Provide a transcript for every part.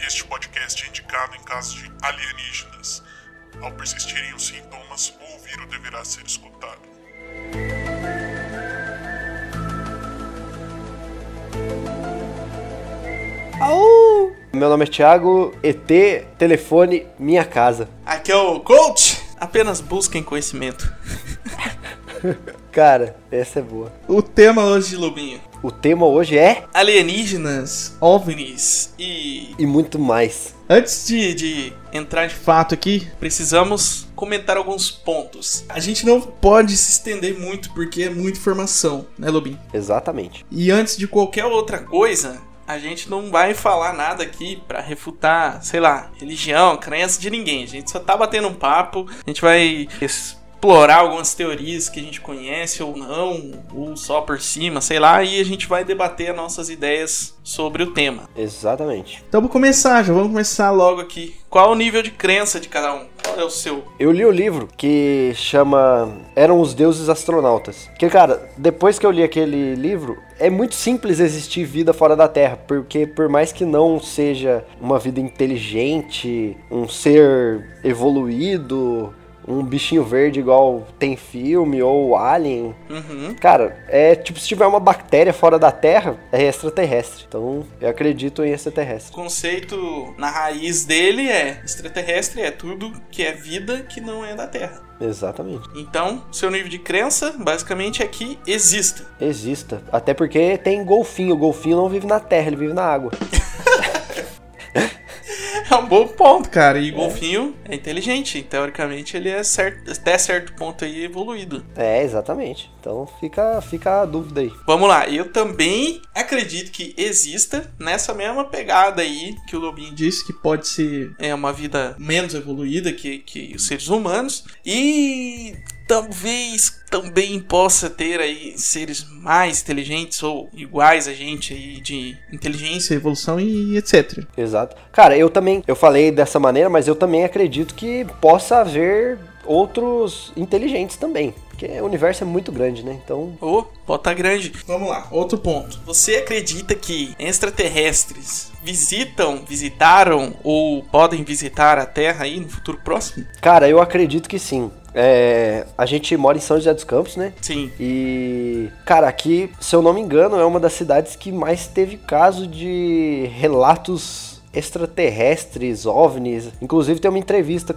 este podcast é indicado em caso de alienígenas. Ao persistirem os sintomas, o vírus deverá ser escutado. Au! Meu nome é Thiago, ET, telefone, minha casa. Aqui é o Coach, apenas busquem conhecimento. Cara, essa é boa. O tema hoje de Lobinho: o tema hoje é... alienígenas, OVNIs e muito mais. Antes de entrar de fato aqui, precisamos comentar alguns pontos. A gente não pode se estender muito porque é muita informação, né, Lobinho? Exatamente. E antes de qualquer outra coisa, a gente não vai falar nada aqui pra refutar, sei lá, religião, crença de ninguém. A gente só tá batendo um papo, a gente vai explorar algumas teorias que a gente conhece ou não, ou só por cima, sei lá, e a gente vai debater as nossas ideias sobre o tema. Exatamente. Então vamos começar logo aqui. Qual o nível de crença de cada um? Qual é o seu? Eu li o livro que chama Eram os Deuses Astronautas. Que, cara, depois que eu li aquele livro, é muito simples existir vida fora da Terra, porque por mais que não seja uma vida inteligente, um ser evoluído, um bichinho verde igual tem filme, ou Alien. Cara, é tipo, se tiver uma bactéria fora da Terra, é extraterrestre. Então, eu acredito em extraterrestre. O conceito na raiz dele é extraterrestre, é tudo que é vida que não é da Terra. Exatamente. Então, seu nível de crença, basicamente, é que exista. Exista. Até porque tem golfinho. O golfinho não vive na Terra, ele vive na água. É um bom ponto, cara. E golfinho é inteligente. Teoricamente, ele é até certo ponto aí evoluído. É, exatamente. Então fica a dúvida aí. Vamos lá. Eu também acredito que exista nessa mesma pegada aí que o Lobinho disse, que pode ser uma vida menos evoluída que os seres humanos. E talvez também possa ter aí seres mais inteligentes ou iguais a gente aí de inteligência, evolução e etc. Exato. Cara, eu falei dessa maneira, mas eu também acredito que possa haver outros inteligentes também. Porque o universo é muito grande, né? Então... pode tá grande. Vamos lá, outro ponto. Você acredita que extraterrestres visitaram ou podem visitar a Terra aí no futuro próximo? Cara, eu acredito que sim. A gente mora em São José dos Campos, né? Sim. E, cara, aqui, se eu não me engano, é uma das cidades que mais teve caso de relatos extraterrestres, OVNIs. Inclusive tem uma entrevista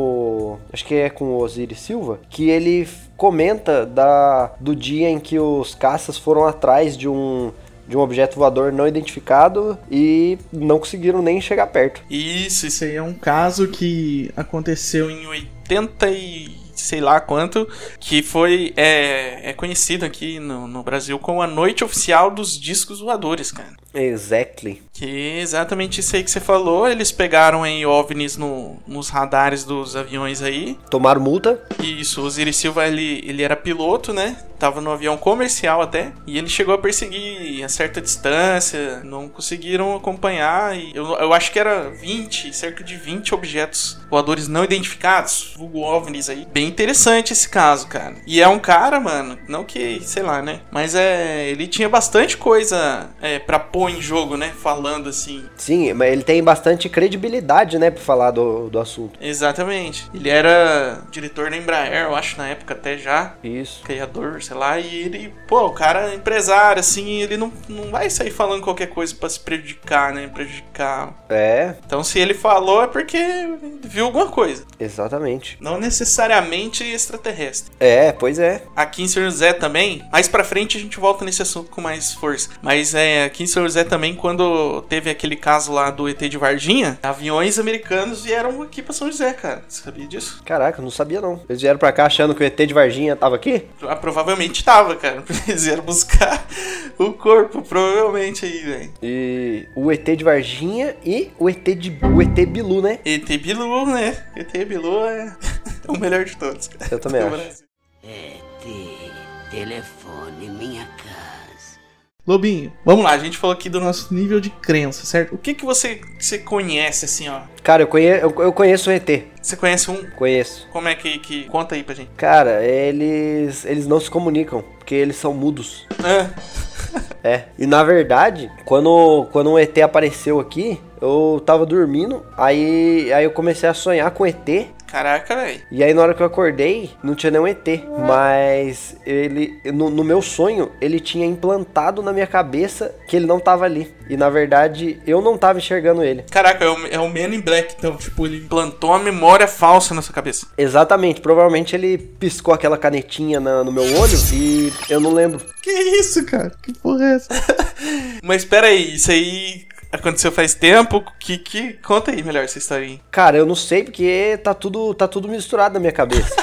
acho que é com o Osiris Silva, que ele comenta do dia em que os caças foram atrás de um objeto voador não identificado e não conseguiram nem chegar perto. Isso aí é um caso que aconteceu em 80 e sei lá quanto, que foi conhecido aqui no Brasil como a Noite Oficial dos Discos Voadores, cara. Exactly. Que é exatamente isso aí que você falou. Eles pegaram aí OVNIs nos radares dos aviões aí. Tomaram multa. Isso, o Osiris Silva, ele era piloto, né? Tava no avião comercial até. E ele chegou a perseguir a certa distância. Não conseguiram acompanhar. E eu acho que era cerca de 20 objetos voadores não identificados. Vulgo OVNIs aí. Bem interessante esse caso, cara. E é um cara, mano, não que, sei lá, né? Mas ele tinha bastante coisa pra pôr em jogo, né? Falando assim. Sim, mas ele tem bastante credibilidade, né? Pra falar do assunto. Exatamente. Ele era diretor da Embraer, eu acho, na época até já. Isso. Criador, sei lá. E ele, o cara é empresário, assim. Ele não vai sair falando qualquer coisa pra se prejudicar, né? Prejudicar. Então, se ele falou é porque viu alguma coisa. Exatamente. Não necessariamente extraterrestre. Pois é. Aqui em São José também, mais pra frente a gente volta nesse assunto com mais força. Mas aqui em São José também, quando teve aquele caso lá do ET de Varginha, aviões americanos vieram aqui pra São José, cara. Você sabia disso? Caraca, não sabia não. Eles vieram pra cá achando que o ET de Varginha tava aqui? Provavelmente tava, cara. Eles vieram buscar o corpo, provavelmente aí, velho. E o ET de Varginha e o ET Bilu, né? ET Bilu, né? ET Bilu é o melhor de todos, cara. Eu também acho. ET, telefone, minha casa. Lobinho, vamos lá, a gente falou aqui do nosso nível de crença, certo? O que você conhece, assim, ó? Cara, eu conheço o ET. Você conhece um? Conheço. Como é que... Conta aí pra gente. Cara, eles não se comunicam, porque eles são mudos. E na verdade, quando um ET apareceu aqui, eu tava dormindo, aí eu comecei a sonhar com ET. Caraca, velho. E aí na hora que eu acordei, não tinha nenhum ET. Mas ele, no meu sonho, ele tinha implantado na minha cabeça que ele não tava ali. E na verdade, eu não tava enxergando ele. Caraca, é o Man in Black, então, tipo, ele implantou uma memória falsa na sua cabeça. Exatamente, provavelmente ele piscou aquela canetinha no meu olho e eu não lembro. Que isso, cara? Que porra é essa? Mas pera aí, isso aí aconteceu faz tempo? Conta aí melhor essa história aí. Cara, eu não sei porque tá tudo misturado na minha cabeça.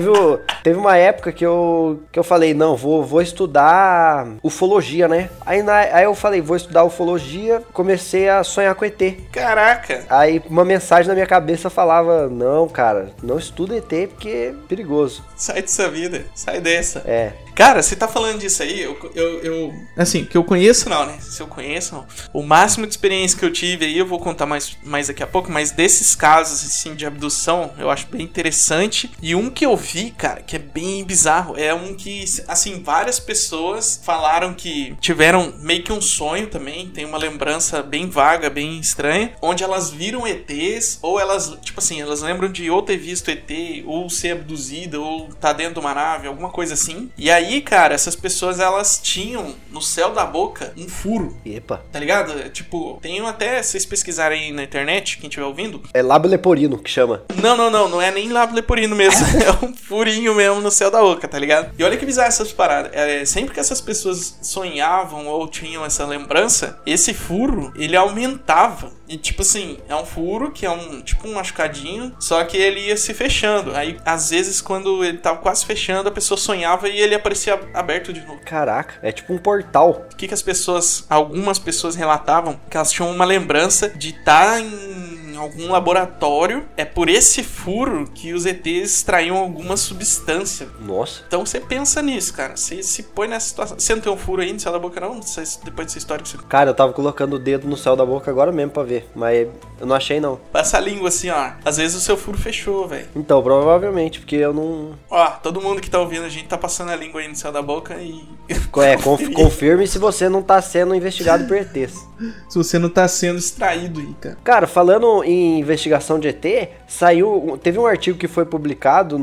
Teve uma época que eu falei, não, vou estudar ufologia, né? Aí eu falei, vou estudar ufologia, comecei a sonhar com ET. Caraca! Aí uma mensagem na minha cabeça falava, não, cara, não estuda ET porque é perigoso. Sai dessa vida, sai dessa. É. Cara, você tá falando disso aí, assim, que eu conheço não, né? Se eu conheço, não. O máximo de experiência que eu tive aí, eu vou contar mais daqui a pouco, mas desses casos, assim, de abdução, eu acho bem interessante. E um que eu vi, cara, que é bem bizarro, é um que, assim, várias pessoas falaram que tiveram meio que um sonho também, tem uma lembrança bem vaga, bem estranha, onde elas viram ETs, ou elas, tipo assim, elas lembram de ou ter visto ET, ou ser abduzida, ou tá dentro de uma nave, alguma coisa assim. E aí, cara, essas pessoas, elas tinham no céu da boca um furo. Epa. Tá ligado? Tipo, tem até, se vocês pesquisarem aí na internet, quem estiver ouvindo. É lábio leporino que chama. Não é nem lábio leporino mesmo. É um furinho mesmo no céu da boca, tá ligado? E olha que bizarro essas paradas. Sempre que essas pessoas sonhavam ou tinham essa lembrança, esse furo, ele aumentava. E tipo assim, é um furo que é tipo um machucadinho, só que ele ia se fechando. Aí, às vezes, quando ele tava quase fechando, a pessoa sonhava e ele aparecia aberto de novo. Caraca, é tipo um portal. O que algumas pessoas relatavam? Que elas tinham uma lembrança de estar em algum laboratório. É por esse furo que os ETs extraíam alguma substância. Nossa. Então você pensa nisso, cara. Você se põe nessa situação. Você não tem um furo aí no céu da boca, não? Depois dessa história que você... Cara, eu tava colocando o dedo no céu da boca agora mesmo pra ver, mas eu não achei, não. Passa a língua assim, ó. Às vezes o seu furo fechou, velho. Então, provavelmente, porque eu não... Ó, todo mundo que tá ouvindo, a gente tá passando a língua aí no céu da boca e... confirme se você não tá sendo investigado por ETs. Se você não tá sendo extraído aí, cara. Cara, falando em investigação de ET, teve um artigo que foi publicado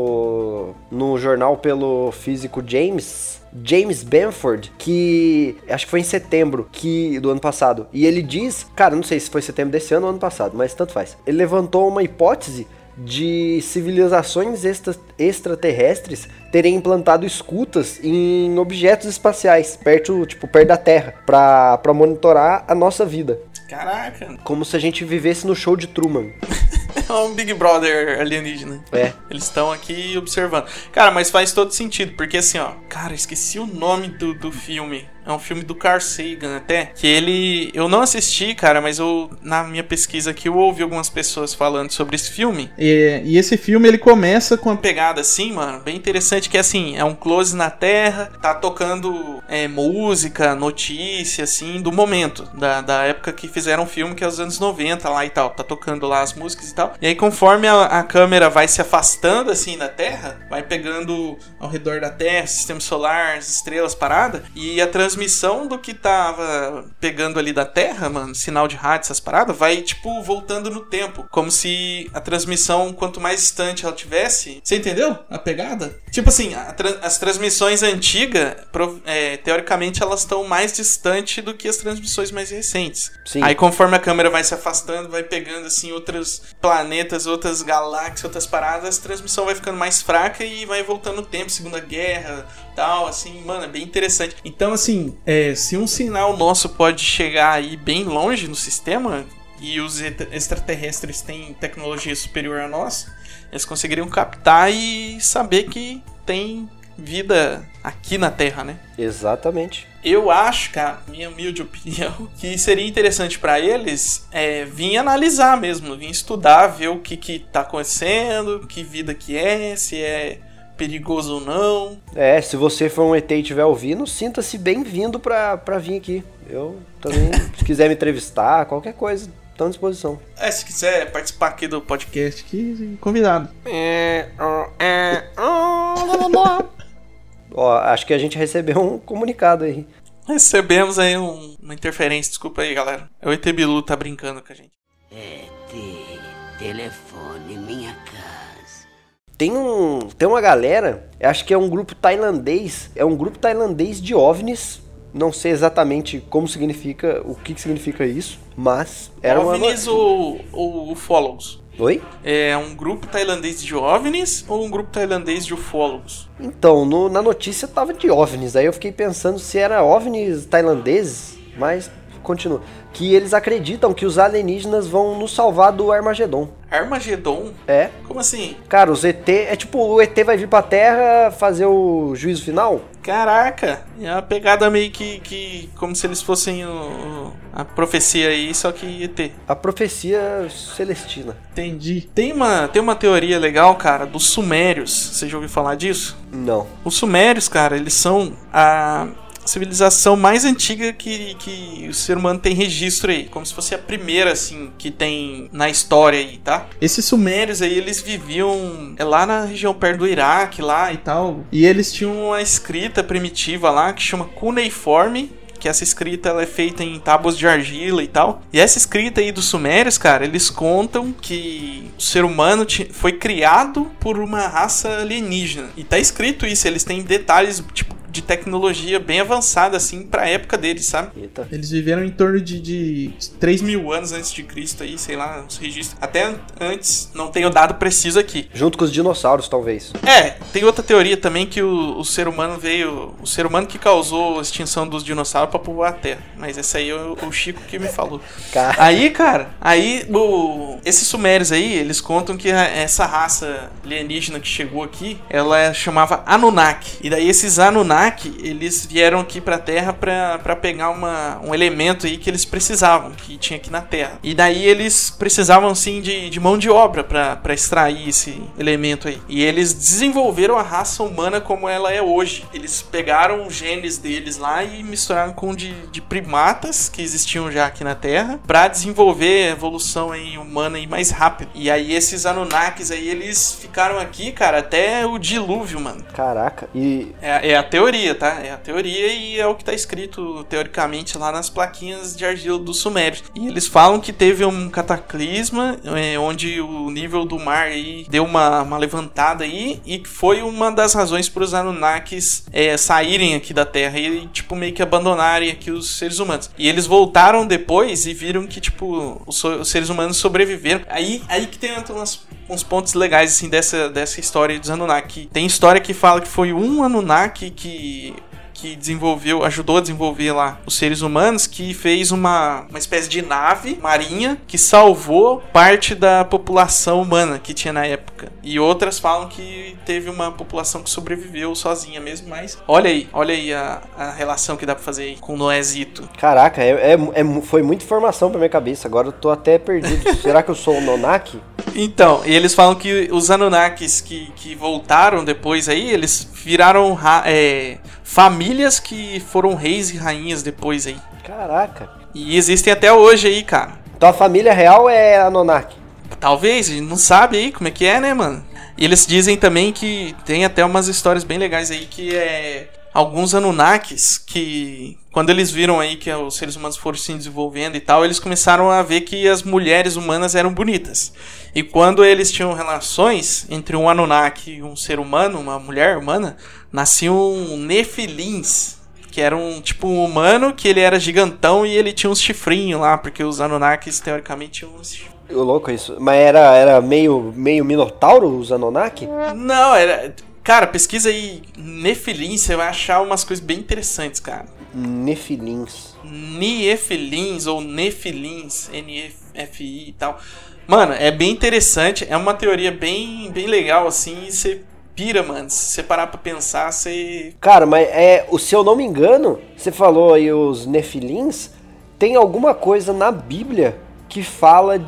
no jornal pelo físico James Bamford, que acho que foi em setembro do ano passado. E ele diz, cara, não sei se foi setembro desse ano ou ano passado, mas tanto faz. Ele levantou uma hipótese de civilizações extraterrestres terem implantado escutas em objetos espaciais, perto da Terra, pra monitorar a nossa vida. Caraca. Como se a gente vivesse no show de Truman. É um Big Brother alienígena. É. Eles estão aqui observando. Cara, mas faz todo sentido, porque assim, ó... Cara, esqueci o nome do filme. É um filme do Carl Sagan até. Que ele... Eu não assisti, cara, mas na minha pesquisa aqui, eu ouvi algumas pessoas falando sobre esse filme. E esse filme, ele começa com uma pegada assim, mano, bem interessante, que assim, é um close na Terra, tá tocando música, notícia, assim, do momento, da época que fizeram o filme, que é os anos 90 lá e tal, tá tocando lá as músicas e tal, e aí conforme a câmera vai se afastando, assim, da Terra, vai pegando ao redor da Terra, sistema solar, as estrelas, parada, e a transmissão do que tava pegando ali da Terra, mano, sinal de rádio, essas paradas, vai, tipo, voltando no tempo, como se a transmissão, quanto mais distante ela tivesse, você entendeu a pegada? Tipo assim, as transmissões antigas, teoricamente, elas estão mais distantes do que as transmissões mais recentes. Sim. Aí conforme a câmera vai se afastando, vai pegando assim outros planetas, outras galáxias, outras paradas, a transmissão vai ficando mais fraca e vai voltando no tempo, Segunda Guerra, tal, assim, mano, é bem interessante. Então, assim, se um sinal nosso pode chegar aí bem longe no sistema, e os extraterrestres têm tecnologia superior a nós, eles conseguiriam captar e saber que tem vida aqui na Terra, né? Exatamente. Eu acho, cara, minha humilde opinião, que seria interessante pra eles vir analisar mesmo, vir estudar, ver o que tá acontecendo, que vida que se é perigoso ou não. Se você for um ET e estiver ouvindo, sinta-se bem-vindo pra vir aqui. Eu também, se quiser me entrevistar, qualquer coisa, estou à disposição. Se quiser participar aqui do podcast, aqui, convidado. Ó, acho que a gente recebeu um comunicado aí. Recebemos aí uma interferência, desculpa aí, galera. É o ET Bilu, tá brincando com a gente. Telefone minha casa. Tem uma galera, acho que é um grupo tailandês, de OVNIs. Não sei exatamente como significa, o que significa isso, mas era OVNIs ou ufólogos? Oi? É um grupo tailandês de OVNIs ou um grupo tailandês de ufólogos? Então, na notícia tava de OVNIs, aí eu fiquei pensando se era OVNIs tailandeses, mas continua. Que eles acreditam que os alienígenas vão nos salvar do Armagedon. Armagedon? É. Como assim? Cara, os ET, é tipo, o ET vai vir pra Terra fazer o juízo final? Caraca, é uma pegada meio que como se eles fossem a profecia aí, só que ET. A profecia celestina. Entendi. Tem uma teoria legal, cara, dos sumérios. Você já ouviu falar disso? Não. Os sumérios, cara, eles são a civilização mais antiga que o ser humano tem registro aí. Como se fosse a primeira, assim, que tem na história aí, tá? Esses sumérios aí, eles viviam lá na região perto do Iraque, lá e tal. E eles tinham uma escrita primitiva lá, que chama cuneiforme, que essa escrita ela é feita em tábuas de argila e tal. E essa escrita aí dos sumérios, cara, eles contam que o ser humano foi criado por uma raça alienígena. E tá escrito isso, eles têm detalhes, tipo, de tecnologia bem avançada, assim, pra época deles, sabe? Eita. Eles viveram em torno de 3.000 anos antes de Cristo aí, sei lá, os registros. Até antes, não tenho dado preciso aqui. Junto com os dinossauros, talvez. Tem outra teoria também que o ser humano veio... O ser humano que causou a extinção dos dinossauros pra povoar a Terra. Mas essa aí é o Chico que me falou. Aí, cara, esses sumérios aí, eles contam que essa raça alienígena que chegou aqui, ela chamava Anunnaki. E daí esses Anunnaki, eles vieram aqui pra Terra pra pegar um elemento aí que eles precisavam, que tinha aqui na Terra. E daí eles precisavam, assim, de mão de obra pra extrair esse elemento aí. E eles desenvolveram a raça humana como ela é hoje. Eles pegaram os genes deles lá e misturaram com de primatas que existiam já aqui na Terra pra desenvolver a evolução aí humana aí mais rápido. E aí esses Anunnakis aí, eles ficaram aqui, cara, até o dilúvio, mano. Caraca, e... É a teoria, tá? É a teoria e é o que tá escrito, teoricamente, lá nas plaquinhas de argila dos sumérios. E eles falam que teve um cataclisma, onde o nível do mar aí deu uma levantada aí, e foi uma das razões para os Anunnakis saírem aqui da Terra e, tipo, meio que abandonarem aqui os seres humanos. E eles voltaram depois e viram que, tipo, os seres humanos sobreviveram. Aí que tem uns pontos legais, assim, dessa história dos Anunnaki. Tem história que fala que foi um Anunnaki que ajudou a desenvolver lá os seres humanos, que fez uma espécie de nave marinha que salvou parte da população humana que tinha na época. E outras falam que teve uma população que sobreviveu sozinha mesmo, mas olha aí a relação que dá pra fazer aí com o Noézito. Caraca, foi muita informação pra minha cabeça, agora eu tô até perdido. Será que eu sou o Anunnaki? Então, e eles falam que os Anunnakis que voltaram depois aí, eles viraram famílias que foram reis e rainhas depois aí. Caraca. E existem até hoje aí, cara. Então a família real é Anunnaki? Talvez, a gente não sabe aí como é que é, né, mano? E eles dizem também que tem até umas histórias bem legais aí, que alguns Anunnakis que, quando eles viram aí que os seres humanos foram se desenvolvendo e tal, eles começaram a ver que as mulheres humanas eram bonitas. E quando eles tinham relações entre um Anunnaki e um ser humano, uma mulher humana, nasciam Nefilins, que era um tipo um humano que ele era gigantão e ele tinha uns chifrinhos lá, porque os Anunnakis teoricamente tinham uns chifrinhos. Louco isso. Mas era meio minotauro os Anunnaki? Não, era... Cara, pesquisa aí Nefilins, você vai achar umas coisas bem interessantes, cara. Nefilins. Nefilins ou Nefilins, N-E-F-I e tal. Mano, é bem interessante, é uma teoria bem legal, assim, e você pira, mano. Se você parar pra pensar, você... Cara, mas se eu não me engano, você falou aí os Nefilins, tem alguma coisa na Bíblia que fala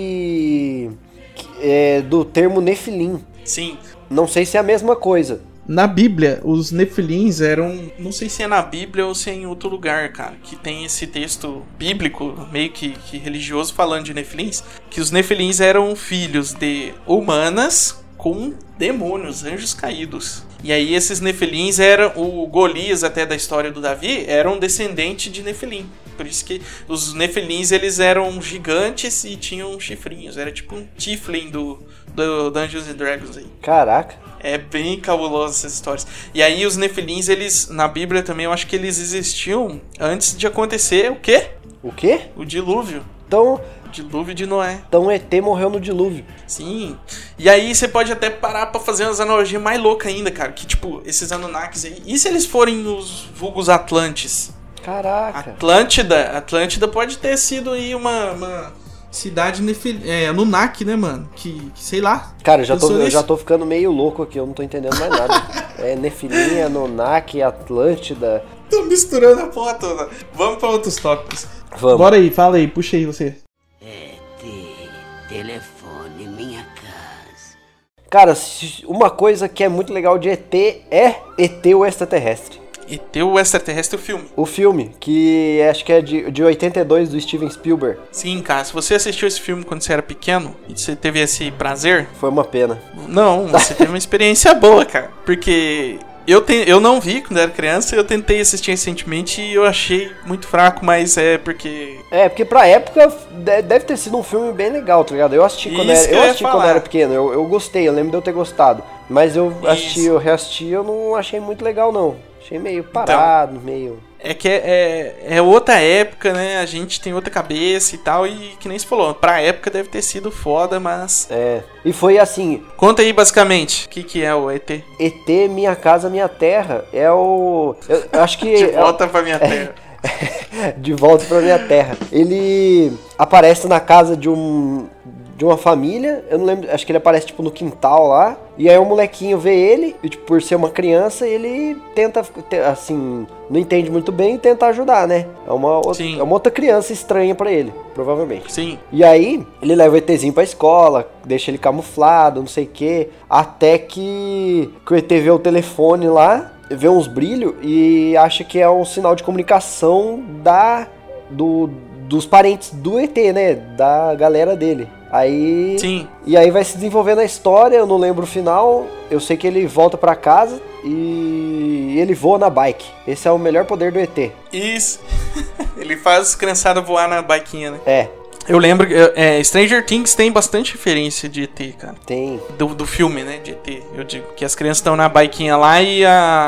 do termo Nefilim. Sim. Não sei se é a mesma coisa. Na Bíblia, os Nefilins eram... Não sei se é na Bíblia ou se é em outro lugar, cara, que tem esse texto bíblico, meio que religioso, falando de Nefilins, que os Nefilins eram filhos de humanas com demônios, anjos caídos. E aí esses Nefilins eram, o Golias até da história do Davi, era um descendente de Nefilim. Por isso que os Nefilins, eles eram gigantes e tinham chifrinhos. Era tipo um Tiflin do Dungeons and Dragons aí. Caraca. É bem cabuloso essas histórias. E aí os Nefilins, eles, na Bíblia também, eu acho que eles existiam antes de acontecer o quê? O quê? O dilúvio. Então, O dilúvio de Noé. então ET morreu no dilúvio. Sim. E aí você pode até parar pra fazer umas analogias mais loucas ainda, cara. Que tipo, esses Anunnakis aí... E se eles forem os vulgos Atlantes? Caraca. Atlântida pode ter sido aí uma Cidade Anunnaki, né, mano? Que sei lá. Cara, eu Pensou nisso? já tô ficando meio louco aqui, eu não tô entendendo mais nada. É Nefilim, Anunnaki, Atlântida. Tô misturando a porra toda. Vamos pra outros tópicos. Vamos. Bora aí, fala aí, puxa aí você. Telefone minha casa. Cara, uma coisa que é muito legal de ET é ET o Extraterrestre. ET o Extraterrestre, o filme. O filme, que acho que é de 82, do Steven Spielberg. Sim, cara, se você assistiu esse filme quando você era pequeno e você teve esse prazer, Foi uma pena. não, você teve uma experiência boa, cara. Porque eu não vi quando era criança, eu tentei assistir recentemente e eu achei muito fraco, mas é porque... É, porque pra época deve ter sido um filme bem legal, tá ligado? Eu assisti quando Isso que eu eu ia assisti quando falar. era pequeno, eu gostei, eu lembro de eu ter gostado. Mas eu assisti, Isso. eu reassisti, eu não achei muito legal, não. Achei meio parado, meio... É que é outra época, né? A gente tem outra cabeça e tal, e que nem você falou, pra época deve ter sido foda, mas... É, e foi assim, Conta aí, basicamente, o que é o ET? ET Minha Casa Minha Terra, é o... Eu acho que... De volta pra minha terra. De volta pra minha terra. Ele aparece na casa de uma família, eu não lembro, acho que ele aparece tipo no quintal lá, e aí o molequinho vê ele, e tipo, por ser uma criança, ele tenta, assim, não entende muito bem e tenta ajudar, né? É uma outra criança estranha pra ele, provavelmente. Sim. E aí, ele leva o ETzinho pra escola, deixa ele camuflado, não sei o que, até que o ET vê o telefone lá, vê uns brilhos e acha que é um sinal de comunicação dos parentes do ET, né? Da galera dele. Aí... Sim. E aí vai se desenvolvendo a história, eu não lembro o final. Eu sei que ele volta pra casa e ele voa na bike. Esse é o melhor poder do ET. Isso. Ele faz as criançadas voar na biquinha, né? É, Eu lembro, Stranger Things tem bastante referência de ET, cara. tem... Do filme, né, de ET. Eu digo que as crianças estão na biquinha lá e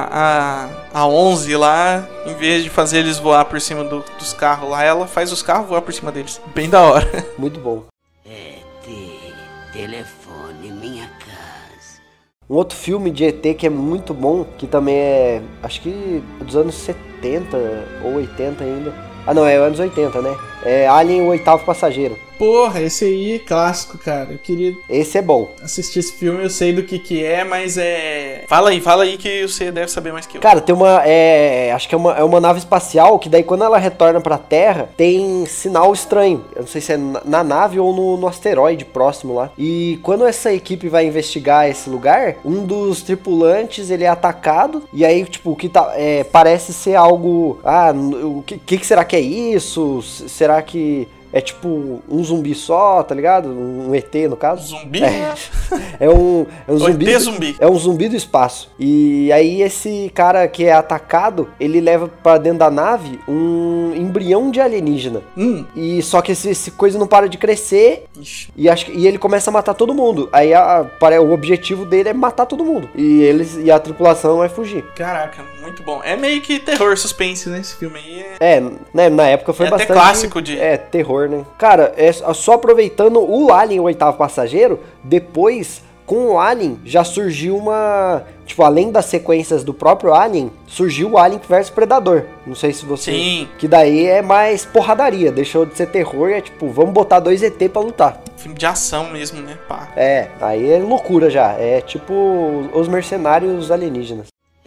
a 11 lá, em vez de fazer eles voar por cima dos carros lá, ela faz os carros voar por cima deles. Bem da hora. Muito bom. Telefone minha casa. Um outro filme de ET que é muito bom, que também é, acho que dos anos 70 ou 80 ainda. Ah não, é anos 80, né? É Alien, o Oitavo Passageiro. Porra, esse aí é clássico, cara. Eu queria Esse é bom. assistir esse filme, eu sei do que é, mas Fala aí que você deve saber mais que eu. Cara, tem acho que é uma nave espacial que daí quando ela retorna pra Terra, tem sinal estranho. Eu não sei se é na nave ou no asteroide próximo lá. E quando essa equipe vai investigar esse lugar, um dos tripulantes, ele é atacado. E aí, tipo, o que parece ser algo... Ah, o que será que é isso? Será que... É tipo um zumbi só, tá ligado? Um ET, no caso. Zumbi? É um zumbi. ET zumbi. É um zumbi do espaço. E aí esse cara que é atacado, ele leva pra dentro da nave um embrião de alienígena. E só que esse coisa não para de crescer. Ixi. E ele começa a matar todo mundo. Aí o objetivo dele é matar todo mundo. E a tripulação vai fugir. Caraca, muito bom. É meio que terror, suspense, né? Esse filme aí Né, na época foi É até bastante... clássico de... É, terror, né? Cara, só aproveitando o Alien, o Oitavo Passageiro, depois, com o Alien, já surgiu uma... Tipo, além das sequências do próprio Alien, surgiu o Alien vs Predador. Não sei se você... Sim. Que daí é mais porradaria. Deixou de ser terror e é tipo, vamos botar 2 ET pra lutar. Filme de ação mesmo, né? Pá. É, aí é loucura já. É tipo os mercenários alienígenas.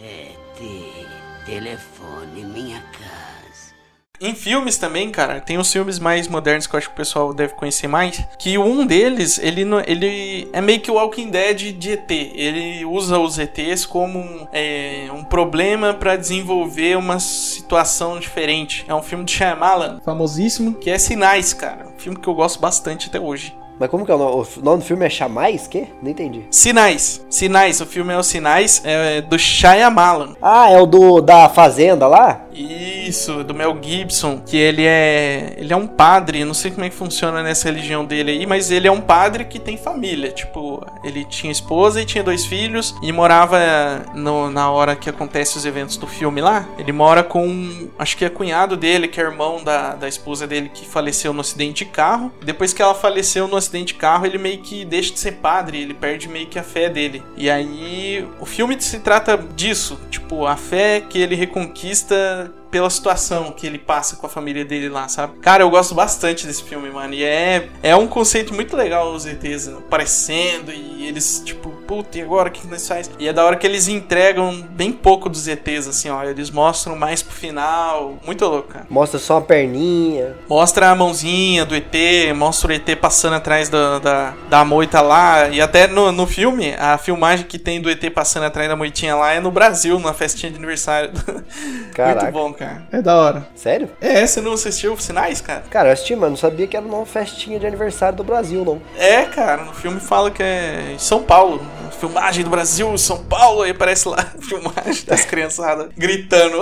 Telefone minha casa. Em filmes também, cara, tem os filmes mais modernos que eu acho que o pessoal deve conhecer mais. Que um deles, ele é meio que o Walking Dead de ET. Ele usa os ETs como um problema pra desenvolver uma situação diferente. É um filme de Shyamalan, famosíssimo. que é Sinais, cara. Um filme que eu gosto bastante até hoje. Mas como que é o nome? O nome do filme é Chamais? Quê? Não entendi. Sinais. Sinais. O filme é Os Sinais. É do Shyamalan. Ah, é o da Fazenda lá? Isso, do Mel Gibson, que ele é um padre, não sei como é que funciona nessa religião dele aí, mas ele é um padre que tem família, tipo, ele tinha esposa e tinha 2 filhos e morava na hora que acontece os eventos do filme lá, ele mora com, acho que é cunhado dele, que é irmão da esposa dele que faleceu no acidente de carro. Depois que ela faleceu no acidente de carro, ele meio que deixa de ser padre, ele perde meio que a fé dele. E aí, o filme se trata disso, tipo, a fé que ele reconquista pela situação que ele passa com a família dele lá, sabe? Cara, eu gosto bastante desse filme, mano. E é um conceito muito legal os ETs aparecendo e eles, tipo, puta, e agora o que nós faz? E é da hora que eles entregam bem pouco dos ETs, assim, ó. Eles mostram mais pro final. Muito louco, cara. Mostra só uma perninha. Mostra a mãozinha do ET, mostra o ET passando atrás da moita lá. E até no filme, a filmagem que tem do ET passando atrás da moitinha lá é no Brasil, numa festinha de aniversário. Caraca. Muito bom, cara. É da hora. Sério? É, você não assistiu Sinais, cara? Cara, eu assisti, mas não sabia que era uma festinha de aniversário do Brasil, não. É, cara, no filme fala que é em São Paulo. Filmagem do Brasil, São Paulo, aí aparece lá a filmagem das criançadas gritando.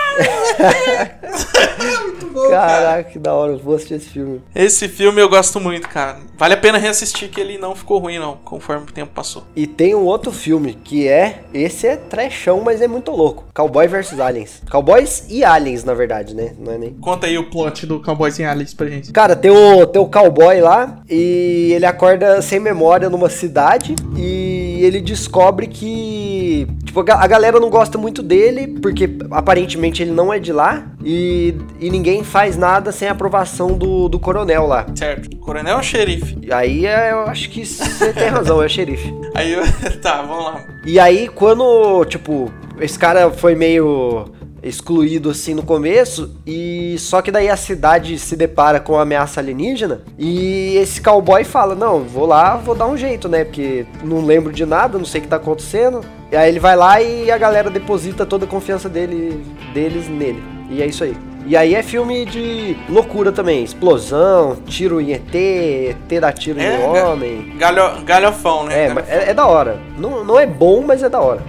Muito bom, Caraca, cara. que da hora, eu vou assistir esse filme. Esse filme eu gosto muito, cara. Vale a pena reassistir, que ele não ficou ruim, não, conforme o tempo passou. E tem um outro filme que esse é trashão, mas é muito louco. Cowboy vs Aliens. Cowboys e Aliens, na verdade, né? Não é nem... Conta aí o plot do Cowboys em Aliens pra gente. Cara, tem o cowboy lá e ele acorda sem memória numa cidade e ele descobre que, tipo, a galera não gosta muito dele porque aparentemente ele não é de lá e ninguém faz nada sem a aprovação do coronel lá. Certo. O coronel é o xerife. E aí eu acho que você tem razão, é o xerife. Aí tá, vamos lá. E aí quando, tipo, esse cara foi meio excluído assim no começo, e só que daí a cidade se depara com uma ameaça alienígena e esse cowboy fala, não, vou lá, vou dar um jeito, né, porque não lembro de nada, não sei o que tá acontecendo. E aí ele vai lá e a galera deposita toda a confiança deles nele, e é isso aí. E aí é filme de loucura também, explosão, tiro em ET dá tiro em homem. Galhofão, né? É da hora, não é bom, mas é da hora.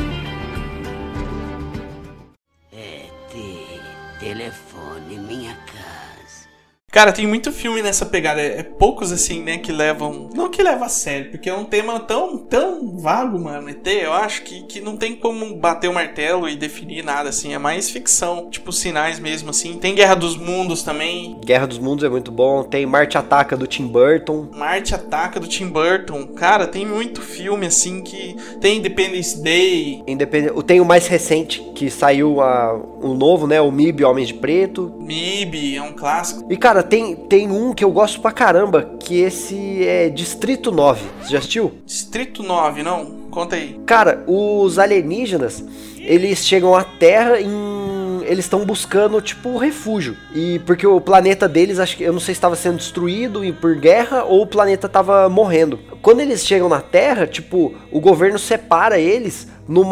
Telefone minha casa. Cara, tem muito filme nessa pegada. É poucos, assim, né, que levam... Não que leva a sério, porque é um tema tão vago, mano. ET, eu acho que não tem como bater o martelo e definir nada, assim. É mais ficção. Tipo, Sinais mesmo, assim. Tem Guerra dos Mundos também. Guerra dos Mundos é muito bom. Tem Marte Ataca, do Tim Burton. Marte Ataca, do Tim Burton. Cara, tem muito filme, assim, que... Tem Independence Day. Tem o mais recente, que saiu um novo, né? O MIB, Homens de Preto. MIB, é um clássico. E, cara, tem um que eu gosto pra caramba, que esse é Distrito 9. Você já assistiu? Distrito 9, não? Conta aí. Cara, os alienígenas, eles chegam à Terra eles estão buscando, tipo, refúgio. E porque o planeta deles, acho que eu não sei se estava sendo destruído por guerra ou o planeta estava morrendo. Quando eles chegam na Terra, tipo, o governo separa eles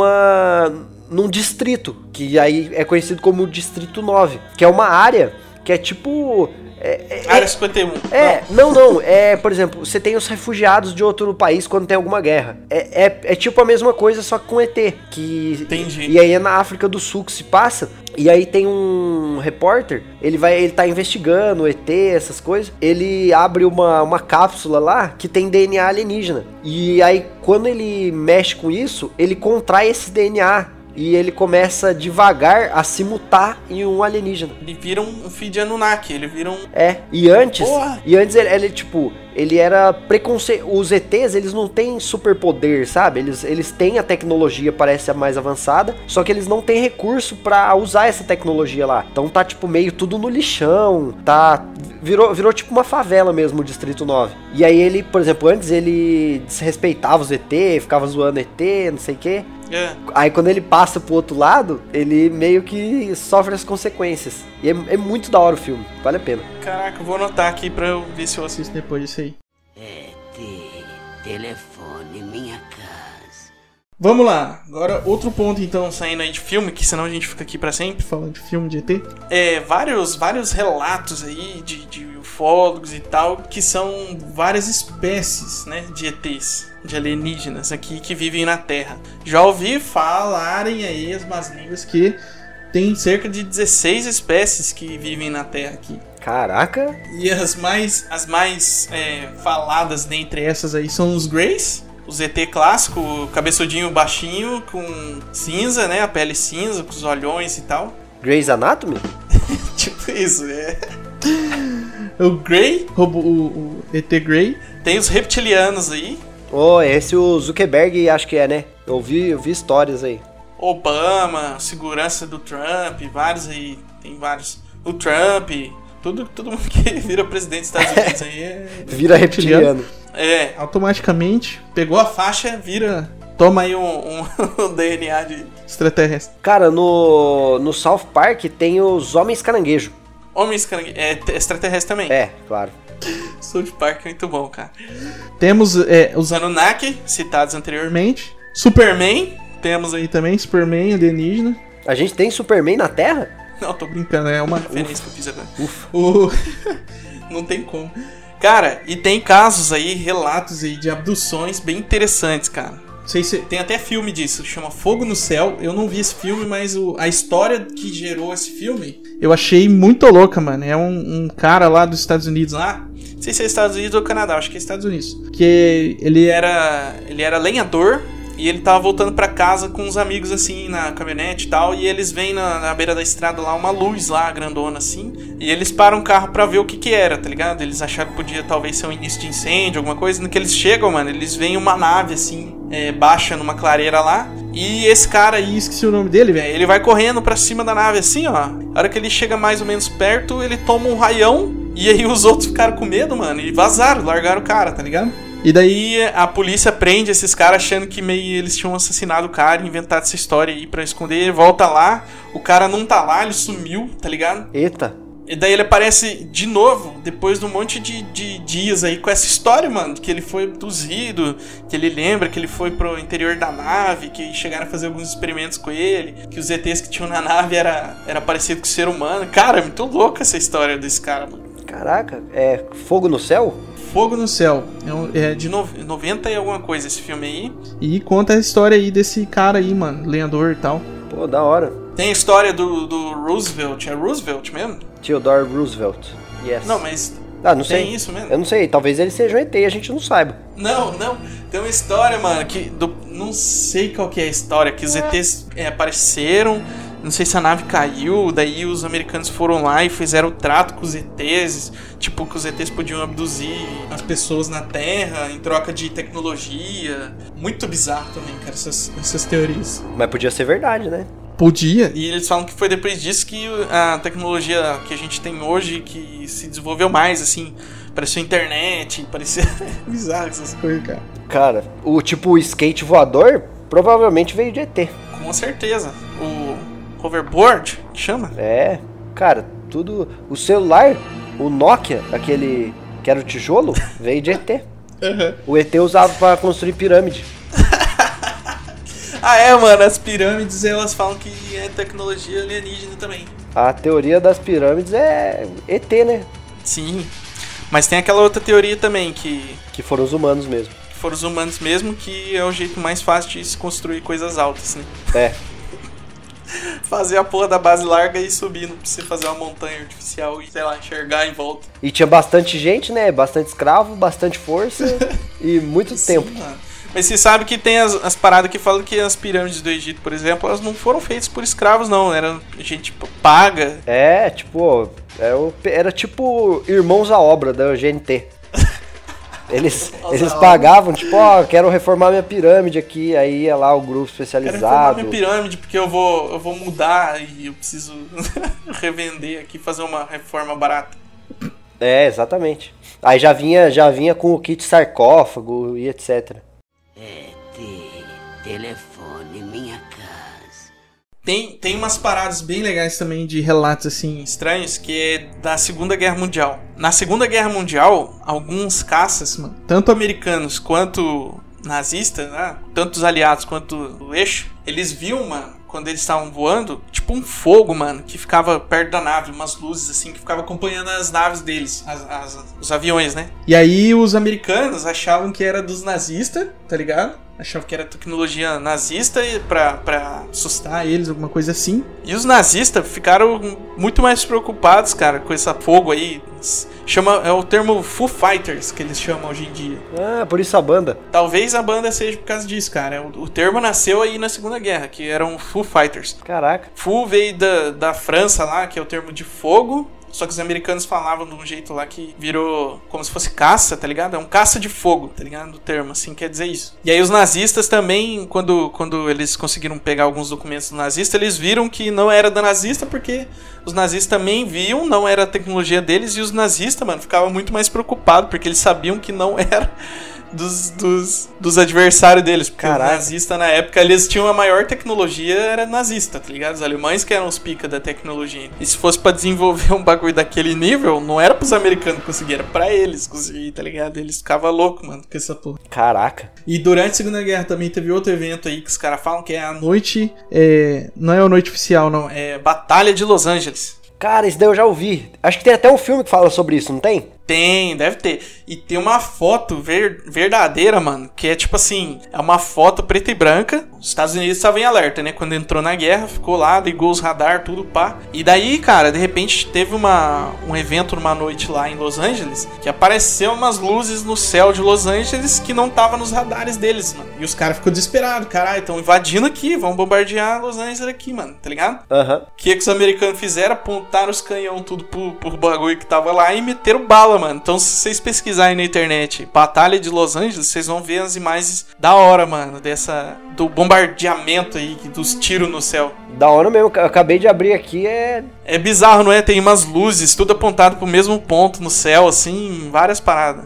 num distrito, que aí é conhecido como Distrito 9, que é uma área que é tipo... Área 51. Não. Por exemplo, você tem os refugiados de outro país quando tem alguma guerra. É tipo a mesma coisa, só que com ET. Entendi. E aí é na África do Sul que se passa. E aí tem um repórter, ele tá investigando o ET, essas coisas. Ele abre uma cápsula lá que tem DNA alienígena. E aí, quando ele mexe com isso, ele contrai esse DNA. E ele começa devagar a se mutar em um alienígena. Ele vira um feed Anunnaki, ele vira um... E antes ele tipo, ele era preconceito. Os ETs, eles não têm superpoder, sabe? Eles têm a tecnologia, parece a mais avançada, só que eles não têm recurso pra usar essa tecnologia lá. Então tá, tipo, meio tudo no lixão, tá... Virou tipo uma favela mesmo, o Distrito 9. E aí ele, por exemplo, antes ele desrespeitava os ET, ficava zoando ET, não sei o quê. Aí quando ele passa pro outro lado, ele meio que sofre as consequências. E é muito da hora o filme, vale a pena. Caraca, eu vou anotar aqui pra eu ver se eu assisto depois disso aí. Telefone minha casa. Vamos lá. Agora, outro ponto, então, saindo aí de filme, que senão a gente fica aqui pra sempre falando de filme de ET. Vários relatos aí de ufólogos e tal, que são várias espécies, né, de ETs, de alienígenas aqui que vivem na Terra. Já ouvi falarem aí as más línguas que tem cerca de 16 espécies que vivem na Terra aqui. Caraca! E as mais faladas dentre essas aí são os Greys, os ET clássico, cabeçudinho baixinho, com cinza, né, a pele cinza, com os olhões e tal. Grey's Anatomy? Tipo isso, O Grey, o ET Grey. Tem os reptilianos aí. Esse o Zuckerberg acho que é, né? Eu vi histórias aí. Obama, segurança do Trump, vários aí, tem vários. O Trump, todo mundo que vira presidente dos Estados Unidos aí vira reptiliano. Automaticamente pegou a faixa, toma aí um DNA de extraterrestre. Cara, no South Park tem os Homens Caranguejo. Homens Caranguejo, extraterrestre também. Claro. South Park é muito bom, cara. Temos os Anunnaki, citados anteriormente. Superman, temos aí também, Superman, alienígena. A gente tem Superman na Terra? Não, tô brincando, é uma referência que eu fiz agora. Não tem como. Cara, e tem casos aí, relatos aí de abduções bem interessantes, cara. Tem até filme disso, chama Fogo no Céu. Eu não vi esse filme, mas a história que gerou esse filme eu achei muito louca, mano. É um cara lá dos Estados Unidos lá. Não sei se é Estados Unidos ou Canadá, acho que é Estados Unidos. Que ele era lenhador. E ele tava voltando pra casa com uns amigos, assim, na caminhonete e tal. E eles veem na beira da estrada lá uma luz lá, grandona, assim. E eles param o carro pra ver o que era, tá ligado? Eles acharam que podia talvez ser um início de incêndio, alguma coisa. No que eles chegam, mano, eles veem uma nave, assim, baixa numa clareira lá. E esse cara aí, esqueci o nome dele, velho. Ele vai correndo pra cima da nave, assim, ó. A hora que ele chega mais ou menos perto, ele toma um raião. E aí os outros ficaram com medo, mano. E vazaram, largaram o cara, tá ligado? E daí a polícia prende esses caras achando que meio eles tinham assassinado o cara e inventado essa história aí pra esconder. Volta lá, o cara não tá lá, ele sumiu, tá ligado? Eita. E daí ele aparece de novo, depois de um monte de dias aí com essa história, mano. Que ele foi abduzido, que ele lembra que ele foi pro interior da nave, que chegaram a fazer alguns experimentos com ele, que os ETs que tinham na nave era parecido com o ser humano. Cara, é muito louca essa história desse cara, mano. Caraca, é Fogo no Céu? Fogo no Céu. É de 90 e alguma coisa esse filme aí. E conta a história aí desse cara aí, mano, lenhador e tal. Pô, da hora. Tem a história do Roosevelt. É Roosevelt mesmo? Theodore Roosevelt. Yes. Não, mas... não sei. Tem isso mesmo? Eu não sei, talvez ele seja um ET e a gente não saiba. Não. Tem uma história, mano, não sei qual que é a história, que os ETs apareceram... Não sei se a nave caiu, daí os americanos foram lá e fizeram o trato com os ETs, tipo, que os ETs podiam abduzir as pessoas na Terra em troca de tecnologia. Muito bizarro também, cara, essas teorias. Mas podia ser verdade, né? Podia. E eles falam que foi depois disso que a tecnologia que a gente tem hoje, que se desenvolveu mais, assim, parecia internet, parecia bizarro essas coisas, cara. Cara, o skate voador provavelmente veio de ET. Com certeza. O hoverboard, que chama? Cara, tudo... O celular, o Nokia, aquele que era o tijolo, veio de ET. Uhum. O ET usava pra construir pirâmide. Mano, as pirâmides, elas falam que é tecnologia alienígena também. A teoria das pirâmides é ET, né? Sim, mas tem aquela outra teoria também que foram os humanos mesmo. Que foram os humanos mesmo, que é o jeito mais fácil de se construir coisas altas, né? Fazer a porra da base larga e subir, não precisa fazer uma montanha artificial e, sei lá, enxergar em volta. E tinha bastante gente, né? Bastante escravo, bastante força e muito tempo. Mano. Mas você sabe que tem as paradas que falam que as pirâmides do Egito, por exemplo, elas não foram feitas por escravos, não. Era gente paga. Era tipo irmãos à obra da GNT. Eles pagavam, tipo, quero reformar minha pirâmide aqui, aí ia lá o grupo especializado. Quero reformar minha pirâmide porque eu vou mudar e eu preciso revender aqui, fazer uma reforma barata. Exatamente. Aí já vinha com o kit sarcófago e etc. Telefone minha casa. Tem umas paradas bem legais também de relatos assim estranhos, que é da Segunda Guerra Mundial. Na Segunda Guerra Mundial, alguns caças, mano, tanto americanos quanto nazista, né? Tanto os aliados quanto o eixo, eles viam, mano, quando eles estavam voando, tipo um fogo, mano, que ficava perto da nave, umas luzes assim, que ficava acompanhando as naves deles, os aviões, né? E aí os americanos achavam que era dos nazistas, tá ligado? Achavam que era tecnologia nazista pra assustar eles, alguma coisa assim. E os nazistas ficaram muito mais preocupados, cara, com esse fogo aí. É o termo Foo Fighters que eles chamam hoje em dia. Ah, por isso a banda. Talvez a banda seja por causa disso, cara. O termo nasceu aí na Segunda Guerra, que eram Foo Fighters. Caraca. Foo veio da França lá, que é o termo de fogo. Só que os americanos falavam de um jeito lá que virou como se fosse caça, tá ligado? É um caça de fogo, tá ligado? O termo, assim, quer dizer isso. E aí os nazistas também, quando eles conseguiram pegar alguns documentos do nazista, eles viram que não era da nazista, porque os nazistas também viam, não era a tecnologia deles, e os nazistas, mano, ficavam muito mais preocupados, porque eles sabiam que não era dos adversários deles. Porque os nazistas, na época, eles tinham a maior tecnologia, era nazista, tá ligado? Os alemães que eram os pica da tecnologia. E se fosse pra desenvolver um bagulho daquele nível, não era pros americanos conseguir, era pra eles conseguir, tá ligado? Eles ficavam loucos, mano, com essa porra. Caraca. E durante a Segunda Guerra também teve outro evento aí que os caras falam que é a noite... não é a noite oficial, não. É Batalha de Los Angeles. Cara, isso daí eu já ouvi. Acho que tem até um filme que fala sobre isso, não tem? Tem, deve ter. E tem uma foto verdadeira, mano, que é tipo assim, é uma foto preta e branca. Os Estados Unidos estavam em alerta, né? Quando entrou na guerra, ficou lá, ligou os radar, tudo pá. E daí, cara, de repente teve um evento numa noite lá em Los Angeles, que apareceu umas luzes no céu de Los Angeles que não tava nos radares deles, mano. E os caras ficou desesperados, caralho, estão invadindo aqui, vão bombardear Los Angeles aqui, mano, tá ligado? Aham. O que os americanos fizeram? Apontaram os canhão tudo pro bagulho que tava lá e meteram bala, mano. Então, se vocês pesquisarem na internet Batalha de Los Angeles, vocês vão ver as imagens da hora, mano, do bombardeamento aí, dos tiros no céu. Da hora mesmo, eu acabei de abrir aqui, É bizarro, não é? Tem umas luzes, tudo apontado pro mesmo ponto no céu, assim, várias paradas.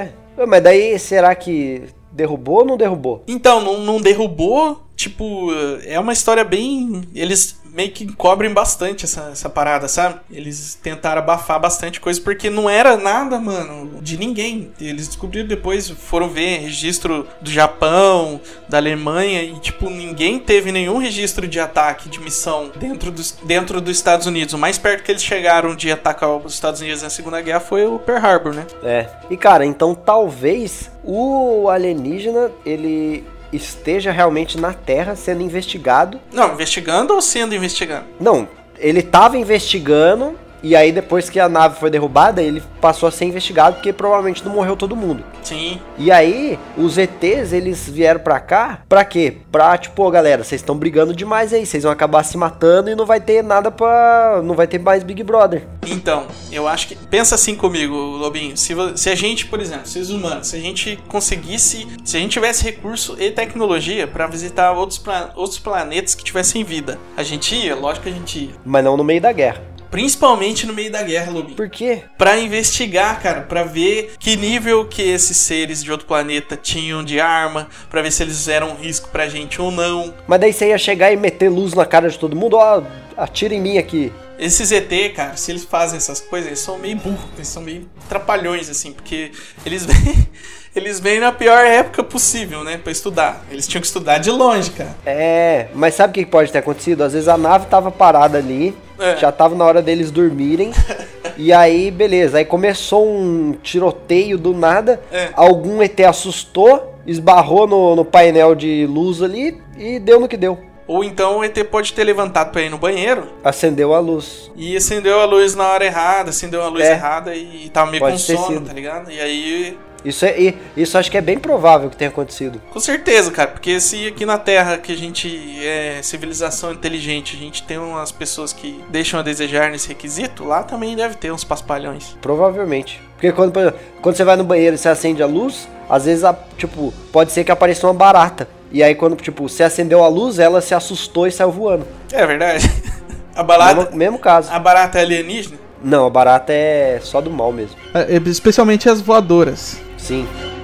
Mas daí, será que derrubou ou não derrubou? Então, não derrubou, tipo, é uma história bem... Eles meio que encobrem bastante essa parada, sabe? Eles tentaram abafar bastante coisa, porque não era nada, mano, de ninguém. Eles descobriram depois, foram ver registro do Japão, da Alemanha, e tipo, ninguém teve nenhum registro de ataque, de missão dentro dos Estados Unidos. O mais perto que eles chegaram de atacar os Estados Unidos na Segunda Guerra foi o Pearl Harbor, né? E cara, então talvez o alienígena, ele esteja realmente na Terra sendo investigado. Não, investigando ou sendo investigado? Não, ele tava investigando e aí depois que a nave foi derrubada, ele passou a ser investigado porque provavelmente não morreu todo mundo. Sim. E aí, os ETs, eles vieram pra cá, pra quê? Pra, tipo, galera, vocês estão brigando demais aí, vocês vão acabar se matando e não vai ter nada não vai ter mais Big Brother. Então, eu acho que... Pensa assim comigo, Lobinho. Se a gente, por exemplo, seres humanos, se a gente conseguisse... Se a gente tivesse recurso e tecnologia pra visitar outros planetas que tivessem vida, a gente ia? Lógico que a gente ia. Mas não no meio da guerra. Principalmente no meio da guerra, Lobinho. Por quê? Pra investigar, cara, pra ver que nível que esses seres de outro planeta tinham de arma, pra ver se eles eram um risco pra gente ou não. Mas daí você ia chegar e meter luz na cara de todo mundo, ó, atira em mim aqui. Esses ET, cara, se eles fazem essas coisas, eles são meio burros, eles são meio trapalhões, assim, porque eles vêm na pior época possível, né, pra estudar. Eles tinham que estudar de longe, cara. Mas sabe o que pode ter acontecido? Às vezes a nave tava parada ali, já tava na hora deles dormirem, e aí, beleza, aí começou um tiroteio do nada, algum ET assustou, esbarrou no painel de luz ali e deu no que deu. Ou então o ET pode ter levantado pra ir no banheiro. Acendeu a luz. E acendeu a luz na hora errada, acendeu a luz errada e tava meio com sono, tá ligado? E aí... Isso acho que é bem provável que tenha acontecido. Com certeza, cara, porque se aqui na Terra, que a gente é civilização inteligente, a gente tem umas pessoas que deixam a desejar nesse requisito, lá também deve ter uns paspalhões. Provavelmente. Porque quando você vai no banheiro e você acende a luz, às vezes, pode ser que apareça uma barata. E aí quando, você acendeu a luz, ela se assustou e saiu voando. É verdade. A barata... Mesmo caso. A barata é alienígena? Não, a barata é só do mal mesmo. Especialmente as voadoras. Sim.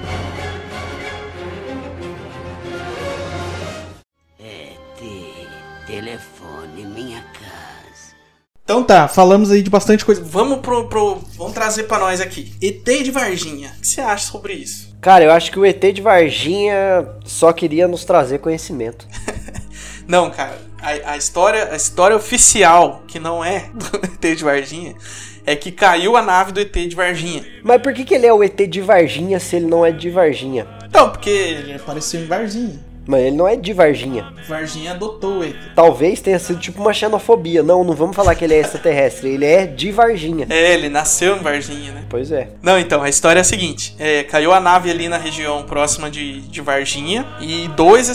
Telefone minha casa. Então tá, falamos aí de bastante coisa. Vamos trazer pra nós aqui. ET de Varginha. O que você acha sobre isso? Cara, eu acho que o ET de Varginha só queria nos trazer conhecimento. Não, cara, a história oficial, que não é do ET de Varginha, é que caiu a nave do ET de Varginha. Mas por que ele é o ET de Varginha se ele não é de Varginha? Então, porque Ele apareceu em Varginha. Mas ele não é de Varginha. Varginha adotou o ET. Talvez tenha sido tipo uma xenofobia. Não vamos falar que ele é extraterrestre. Ele é de Varginha. ele nasceu em Varginha, né? Pois é. Não, então, a história é a seguinte. Caiu a nave ali na região próxima de Varginha e dois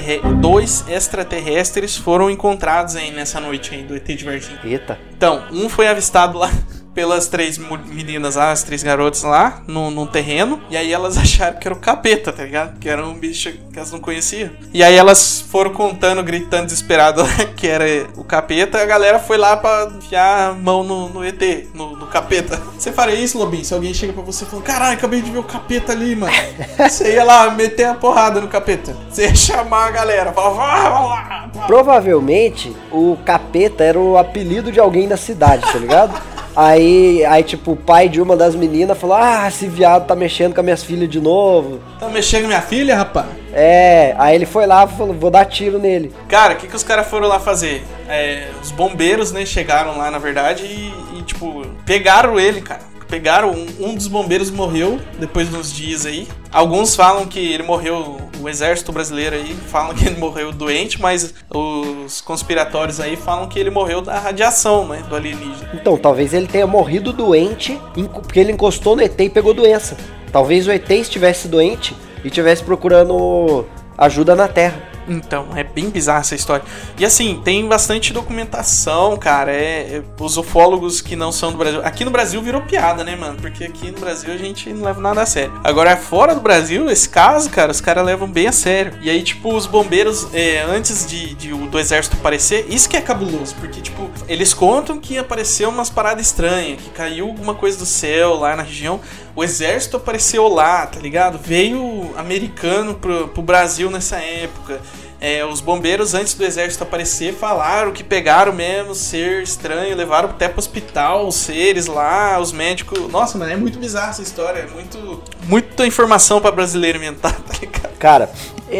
extraterrestres foram encontrados aí nessa noite aí do ET de Varginha. Eita. Então, um foi avistado lá pelas 3 meninas lá, as 3 garotas lá, num terreno. E aí elas acharam que era o capeta, tá ligado? Que era um bicho que elas não conheciam. E aí elas foram contando, gritando desesperado que era o capeta. E a galera foi lá pra enfiar a mão no ET, no capeta. Você faria isso, Lobinho? Se alguém chega pra você e fala, caralho, acabei de ver o capeta ali, mano. Você ia lá meter a porrada no capeta. Você ia chamar a galera. Falar, Provavelmente o capeta era o apelido de alguém da cidade, tá ligado? Aí, tipo, o pai de uma das meninas falou, esse viado tá mexendo com as minhas filhas de novo. Tá mexendo com minha filha, rapaz? Aí ele foi lá e falou, vou dar tiro nele. Cara, o que os caras foram lá fazer? Os bombeiros, né, chegaram lá, na verdade, e tipo, pegaram ele, cara. Pegaram, um dos bombeiros morreu depois de uns dias aí. Alguns falam que ele morreu, o exército brasileiro aí falam que ele morreu doente, mas os conspiratórios aí falam que ele morreu da radiação, né, do alienígena. Então, talvez ele tenha morrido doente porque ele encostou no ET e pegou doença. Talvez o ET estivesse doente e estivesse procurando ajuda na Terra. Então, é bem bizarra essa história. E assim, tem bastante documentação, cara. Os ufólogos que não são do Brasil. Aqui no Brasil virou piada, né, mano? Porque aqui no Brasil a gente não leva nada a sério. Agora, fora do Brasil, esse caso, cara, os caras levam bem a sério. E aí, tipo, os bombeiros, antes do exército aparecer, isso que é cabuloso. Porque, tipo, eles contam que apareceu umas paradas estranhas, que caiu alguma coisa do céu lá na região. O exército apareceu lá, tá ligado? Veio americano pro Brasil nessa época. Os bombeiros, antes do exército aparecer, falaram que pegaram mesmo ser estranho, levaram até pro hospital os seres lá, os médicos. Nossa, mano, é muito bizarra essa história. É muita informação pra brasileiro inventar, tá ligado? Cara,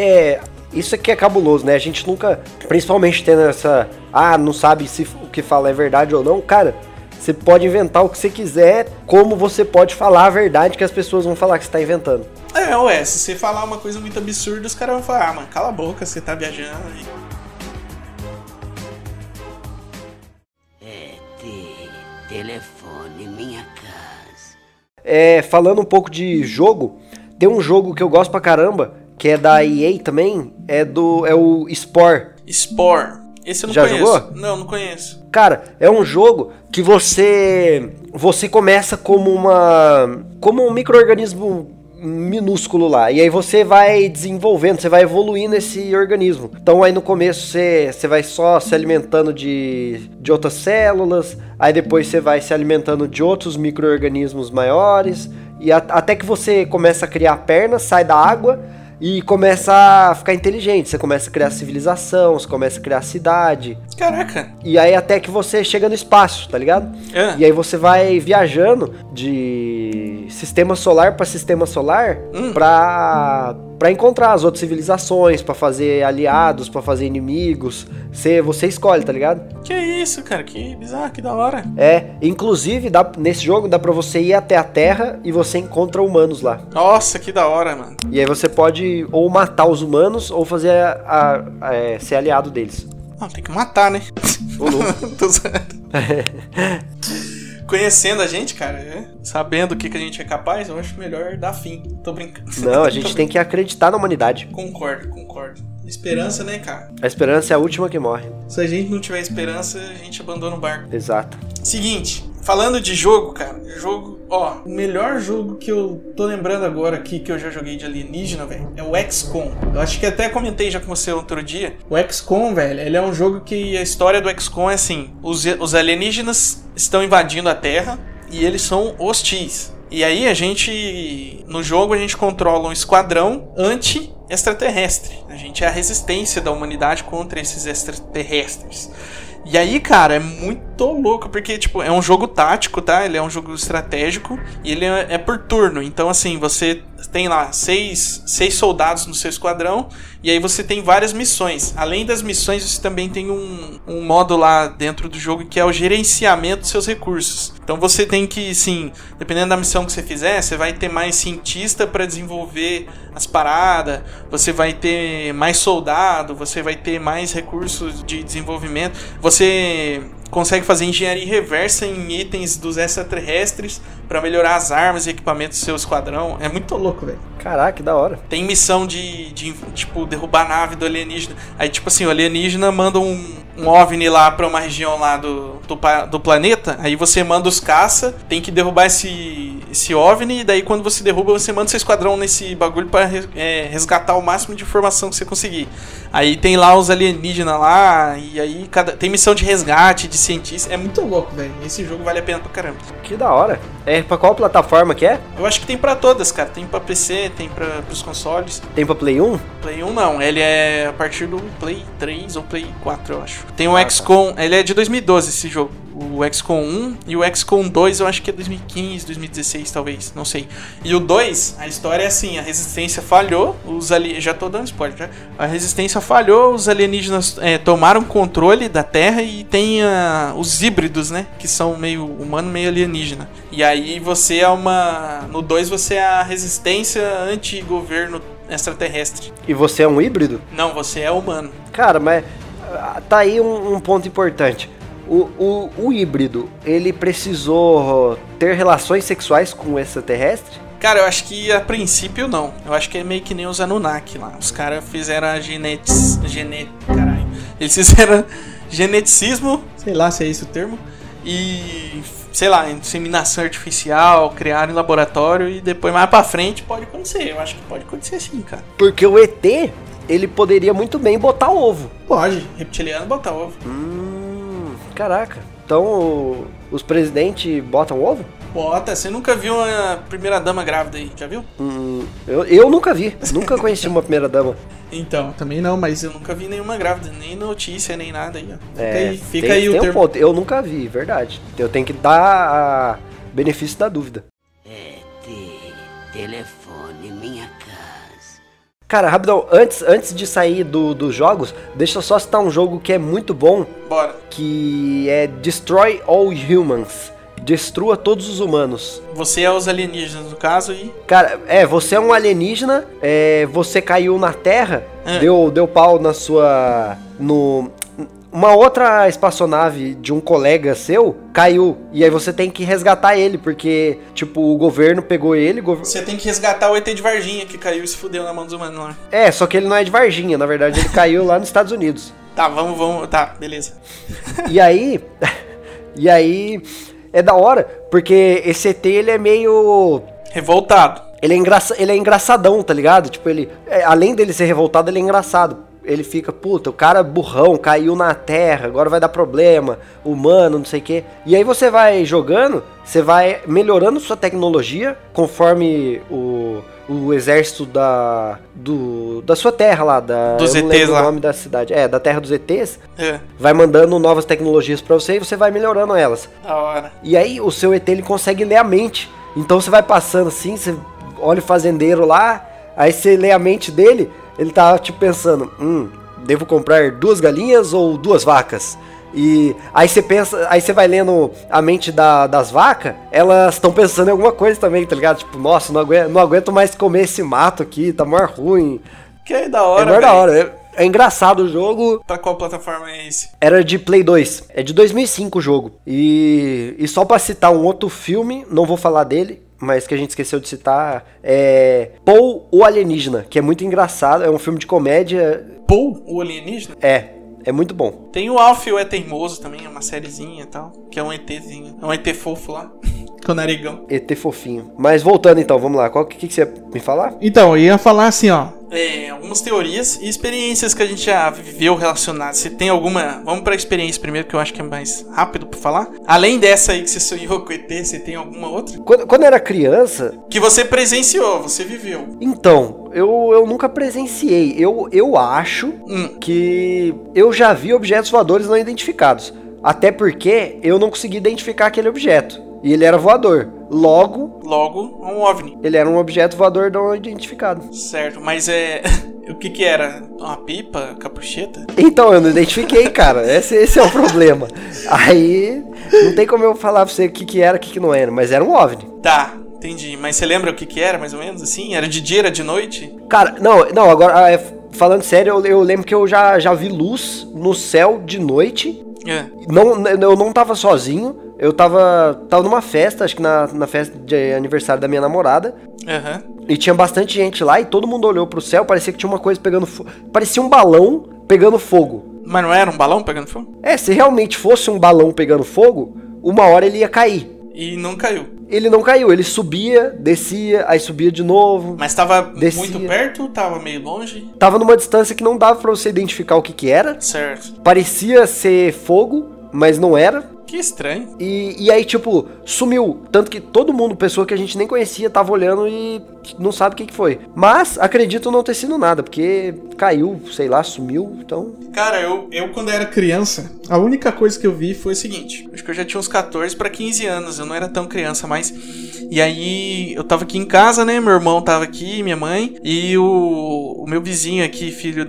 isso aqui é cabuloso, né? A gente nunca, principalmente tendo essa... não sabe se o que fala é verdade ou não. Cara, você pode inventar o que você quiser, como você pode falar a verdade que as pessoas vão falar que você tá inventando. Se você falar uma coisa muito absurda, os caras vão falar, mano, cala a boca, você tá viajando aí. Telefone minha casa. Falando um pouco de jogo, tem um jogo que eu gosto pra caramba, que é da EA também, é o Spore. Spore. Esse eu não Já conheço. jogou? Não conheço. Cara, é um jogo que você começa como um micro-organismo minúsculo lá, e aí você vai desenvolvendo, você vai evoluindo esse organismo. Então aí no começo você vai só se alimentando de outras células, aí depois você vai se alimentando de outros micro-organismos maiores, e até que você começa a criar pernas, sai da água e começa a ficar inteligente. Você começa a criar civilização, você começa a criar cidade. Caraca. E aí até que você chega no espaço, tá ligado? E aí você vai viajando de sistema solar para sistema solar pra encontrar as outras civilizações, pra fazer aliados, pra fazer inimigos. Você escolhe, tá ligado? Que isso, cara, que bizarro, que da hora. Inclusive nesse jogo dá pra você ir até a Terra e você encontra humanos lá. Nossa, que da hora, mano. E aí você pode ou matar os humanos ou fazer ser aliado deles. Não, tem que matar, né? Tô certo. Conhecendo a gente, cara, sabendo o que a gente é capaz, eu acho melhor dar fim. Tô brincando. Não, a gente tem que acreditar na humanidade. Concordo. Esperança, né, cara? A esperança é a última que morre. Se a gente não tiver esperança, a gente abandona o barco. Exato. Seguinte, falando de jogo, cara, o melhor jogo que eu tô lembrando agora aqui, que eu já joguei de alienígena, velho, é o XCOM. Eu acho que até comentei já com você outro dia. O XCOM, velho, ele é um jogo que a história do XCOM é assim, os alienígenas estão invadindo a Terra e eles são hostis. E aí no jogo a gente controla um esquadrão anti-extraterrestre. A gente é a resistência da humanidade contra esses extraterrestres. E aí, cara, é muito louco, porque, tipo, é um jogo tático, tá? Ele é um jogo estratégico e ele é por turno. Então, assim, você tem lá 6 soldados no seu esquadrão, e aí você tem várias missões. Além das missões, você também tem um modo lá dentro do jogo que é o gerenciamento dos seus recursos. Então você tem que, sim, dependendo da missão que você fizer, você vai ter mais cientista para desenvolver as paradas, você vai ter mais soldado, você vai ter mais recursos de desenvolvimento, você consegue fazer engenharia reversa em itens dos extraterrestres para melhorar as armas e equipamentos do seu esquadrão. É muito louco, velho. Caraca, que da hora. Tem missão de tipo, derrubar a nave do alienígena. Aí, tipo assim, o alienígena manda um OVNI lá pra uma região lá do planeta. Aí você manda os caça, tem que derrubar esse OVNI. E daí, quando você derruba, você manda seu esquadrão nesse bagulho pra resgatar o máximo de informação que você conseguir. Aí tem lá os alienígenas lá. E aí tem missão de resgate, de cientista. É muito louco, velho. Esse jogo vale a pena pra caramba. Que da hora. É pra qual plataforma que é? Eu acho que tem pra todas, cara. Tem pra PC, tem pros consoles. Tem pra Play 1? Play 1 não, ele é a partir do Play 3 ou Play 4, eu acho. Tem o XCOM, ele é de 2012 esse jogo. O XCOM 1 e o XCOM 2 eu acho que é 2015, 2016 talvez, não sei. E o 2, a história é assim, a resistência falhou, já tô dando spoiler, já. A resistência falhou, os alienígenas tomaram controle da Terra e tem os híbridos, né, que são meio humano, meio alienígena. E aí você no 2 você é a resistência anti-governo extraterrestre. E você é um híbrido? Não, você é humano. Cara, mas tá aí um ponto importante. O híbrido, ele precisou ter relações sexuais com o extraterrestre? Cara, eu acho que a princípio não. Eu acho que é meio que nem os Anunnaki lá. Os caras fizeram a caralho. Eles fizeram geneticismo, sei lá se é esse o termo, e, sei lá, inseminação artificial, criaram em laboratório e depois mais pra frente pode acontecer. Eu acho que pode acontecer sim, cara. Porque o ET, ele poderia muito bem botar ovo. Pode, reptiliano botar ovo. Caraca. Então os presidentes botam ovo? Bota, você nunca viu a primeira dama grávida aí, já viu? Eu nunca vi, nunca conheci uma primeira dama. Então, também não, mas eu nunca vi nenhuma grávida, nem notícia, nem nada aí, ó. Fica aí o termo. Eu nunca vi, verdade. Eu tenho que dar benefício da dúvida. Telefone minha casa. Cara, rapidão, antes de sair dos jogos, deixa eu só citar um jogo que é muito bom. Bora. Que é Destroy All Humans. Destrua todos os humanos. Você é os alienígenas, no caso, e... Cara, você é um alienígena, você caiu na Terra, deu pau na sua... Uma outra espaçonave de um colega seu caiu, e aí você tem que resgatar ele, porque, tipo, o governo pegou ele... Você tem que resgatar o ET de Varginha, que caiu e se fudeu na mão dos humanos lá. Só que ele não é de Varginha, na verdade ele caiu lá nos Estados Unidos. Tá, vamos, tá, beleza. E aí é da hora, porque esse ET, ele é meio... revoltado. Ele é engraçadão, tá ligado? Tipo, ele... além dele ser revoltado, ele é engraçado. Ele fica, puta, o cara burrão, caiu na Terra, agora vai dar problema, humano, não sei o quê. E aí você vai jogando, você vai melhorando sua tecnologia, conforme o exército da sua terra lá, dos eu não ETs lembro lá. O nome da cidade. Da terra dos ETs, É. vai mandando novas tecnologias pra você e você vai melhorando elas. Da hora. E aí o seu ET, ele consegue ler a mente. Então você vai passando assim, você olha o fazendeiro lá, aí você lê a mente dele, ele tá tipo pensando, devo comprar 2 galinhas ou 2 vacas? E aí você pensa, aí você vai lendo a mente das vacas, elas estão pensando em alguma coisa também, tá ligado? Tipo, nossa, não aguento mais comer esse mato aqui, tá mais ruim. Que é da hora, É da hora, é engraçado o jogo. Pra qual plataforma é esse? Era de Play 2, é de 2005 o jogo. E só pra citar um outro filme, não vou falar dele, mas que a gente esqueceu de citar, é Paul, o Alienígena, que é muito engraçado, é um filme de comédia. Paul, o Alienígena? É muito bom. Tem o Alf, o É Teimoso também, é uma sériezinha e tal, que é um ETzinho, é um ET fofo lá, com o narigão. ET fofinho. Mas voltando então, vamos lá, que você ia me falar? Então, eu ia falar assim, ó. Algumas teorias e experiências que a gente já viveu relacionadas. Você tem alguma... Vamos pra experiência primeiro, que eu acho que é mais rápido pra falar. Além dessa aí que você sonhou com o ET, você tem alguma outra? Quando eu era criança... Que você presenciou, você viveu. Então, eu nunca presenciei. Eu acho que eu já vi objetos voadores não identificados. Até porque eu não consegui identificar aquele objeto. E ele era voador. Logo, um OVNI. ele era um objeto voador não identificado. Certo, mas o que era? Uma pipa? Capucheta? Então, eu não identifiquei, cara. Esse é o problema. Aí, não tem como eu falar pra você o que era, o que não era. Mas era um OVNI. Tá, entendi. Mas você lembra o que era, mais ou menos, assim? Era de dia, era de noite? Cara, não, agora, falando sério, eu lembro que eu já vi luz no céu de noite. Eu não tava sozinho. Eu tava numa festa, acho que na festa de aniversário da minha namorada. E tinha bastante gente lá e todo mundo olhou pro céu, parecia que tinha uma coisa pegando fogo. Parecia um balão pegando fogo. Mas não era um balão pegando fogo? Se realmente fosse um balão pegando fogo, uma hora ele ia cair. E não caiu. Ele não caiu, ele subia, descia, aí subia de novo. Mas tava descia. Muito perto? Tava meio longe? Tava numa distância que não dava pra você identificar o que era. Certo. Parecia ser fogo, mas não era. Que estranho. E aí, tipo, sumiu. Tanto que todo mundo, pessoa que a gente nem conhecia, tava olhando e não sabe o que foi. Mas acredito não ter sido nada, porque caiu, sei lá, sumiu, então... Cara, eu quando era criança, a única coisa que eu vi foi o seguinte. Acho que eu já tinha uns 14 pra 15 anos, eu não era tão criança mais. E aí, eu tava aqui em casa, né, meu irmão tava aqui, minha mãe, e o meu vizinho aqui, filho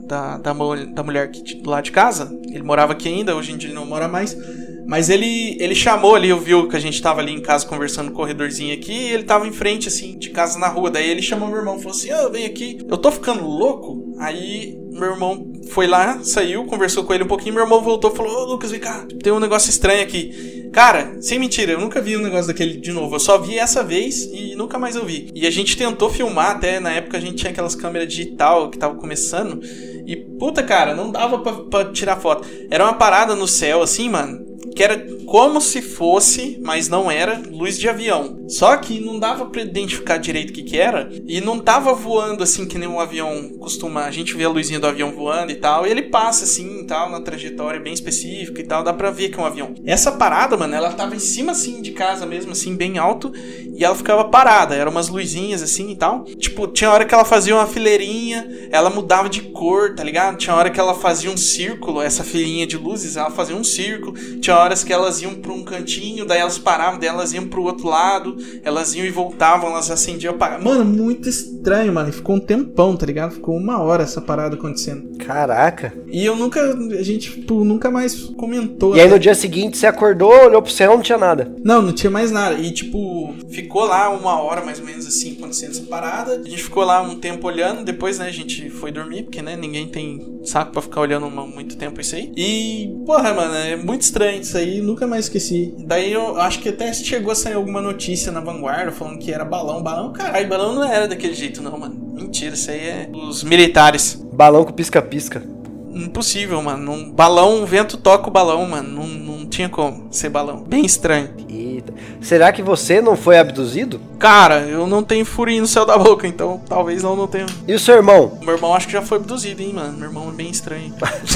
da mulher aqui do lado de casa, ele morava aqui ainda, hoje em dia ele não mora mais... Mas ele chamou ali, viu que a gente tava ali em casa conversando no corredorzinho aqui, e ele tava em frente, assim, de casa na rua. Daí ele chamou meu irmão e falou assim, vem aqui, eu tô ficando louco? Aí meu irmão foi lá, saiu, conversou com ele um pouquinho, meu irmão voltou e falou, Lucas, vem cá, tem um negócio estranho aqui. Cara, sem mentira, eu nunca vi um negócio daquele de novo, eu só vi essa vez e nunca mais eu vi. E a gente tentou filmar, até na época a gente tinha aquelas câmeras digital que tava começando, e puta, cara, não dava pra tirar foto. Era uma parada no céu, assim, mano, que era como se fosse, mas não era, luz de avião. Só que não dava pra identificar direito o que era, e não tava voando assim que nem um avião costuma. A gente vê a luzinha do avião voando e tal, e ele passa assim e tal, na trajetória bem específica e tal, dá pra ver que é um avião. Essa parada, mano, ela tava em cima assim de casa mesmo, assim, bem alto, e ela ficava parada, eram umas luzinhas assim e tal. Tipo, tinha hora que ela fazia uma fileirinha, ela mudava de cor, tá ligado? Tinha hora que ela fazia um círculo, essa filinha de luzes, ela fazia um círculo. Tinha horas que elas iam pra um cantinho, daí elas paravam, daí elas iam pro outro lado, elas iam e voltavam, elas acendiam e apagavam. Mano, muito estranho, mano. Ficou um tempão, tá ligado? Ficou 1 hora essa parada acontecendo. Caraca. E a gente, tipo, nunca mais comentou. E aí no dia seguinte você acordou, olhou pro céu, não tinha nada. Não tinha mais nada. E tipo, ficou lá 1 hora mais ou menos assim, acontecendo essa parada. A gente ficou lá um tempo olhando, depois, né, a gente foi dormir, porque, né, ninguém tem saco pra ficar olhando muito tempo isso aí. E, porra, mano, é muito estranho isso aí, nunca mais esqueci. Daí eu acho que até chegou a sair alguma notícia na Vanguarda falando que era balão. Caralho, balão não era daquele jeito não, mano. Mentira, isso aí é os militares. Balão com pisca-pisca. Impossível, mano. Um balão, o vento toca o balão, mano. Não tinha como ser balão. Bem estranho. Eita. Será que você não foi abduzido? Cara, eu não tenho furinho no céu da boca, então talvez não tenha. E o seu irmão? Meu irmão acho que já foi abduzido, hein, mano. Meu irmão é bem estranho.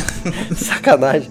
Sacanagem.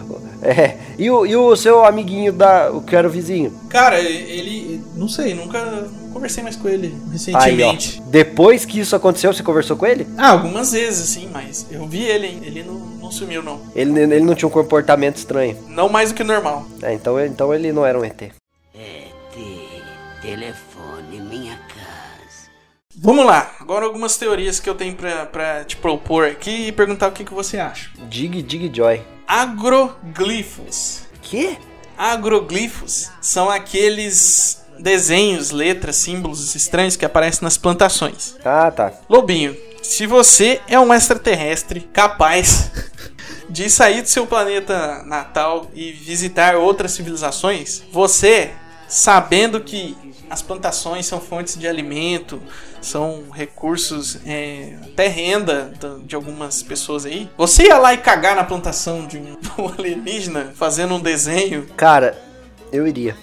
E o seu amiguinho o que era o vizinho? Cara, ele... Não sei, nunca conversei mais com ele recentemente. Aí, ó. Depois que isso aconteceu, você conversou com ele? Algumas vezes, assim, mas eu vi ele, hein. Ele não sumiu, não. Ele não tinha um comportamento estranho? Não mais do que normal. Então ele não era um ET. ET, telefone, minha casa. Vamos lá, agora algumas teorias que eu tenho pra te propor aqui e perguntar o que você acha. Dig Joy. Agroglifos. Que? Agroglifos são aqueles desenhos, letras, símbolos estranhos que aparecem nas plantações. Ah, tá. Lobinho, se você é um extraterrestre capaz de sair do seu planeta natal e visitar outras civilizações, você, sabendo que as plantações são fontes de alimento, são recursos, até renda de algumas pessoas aí, você ia lá e cagar na plantação de um alienígena fazendo um desenho? Cara, eu iria.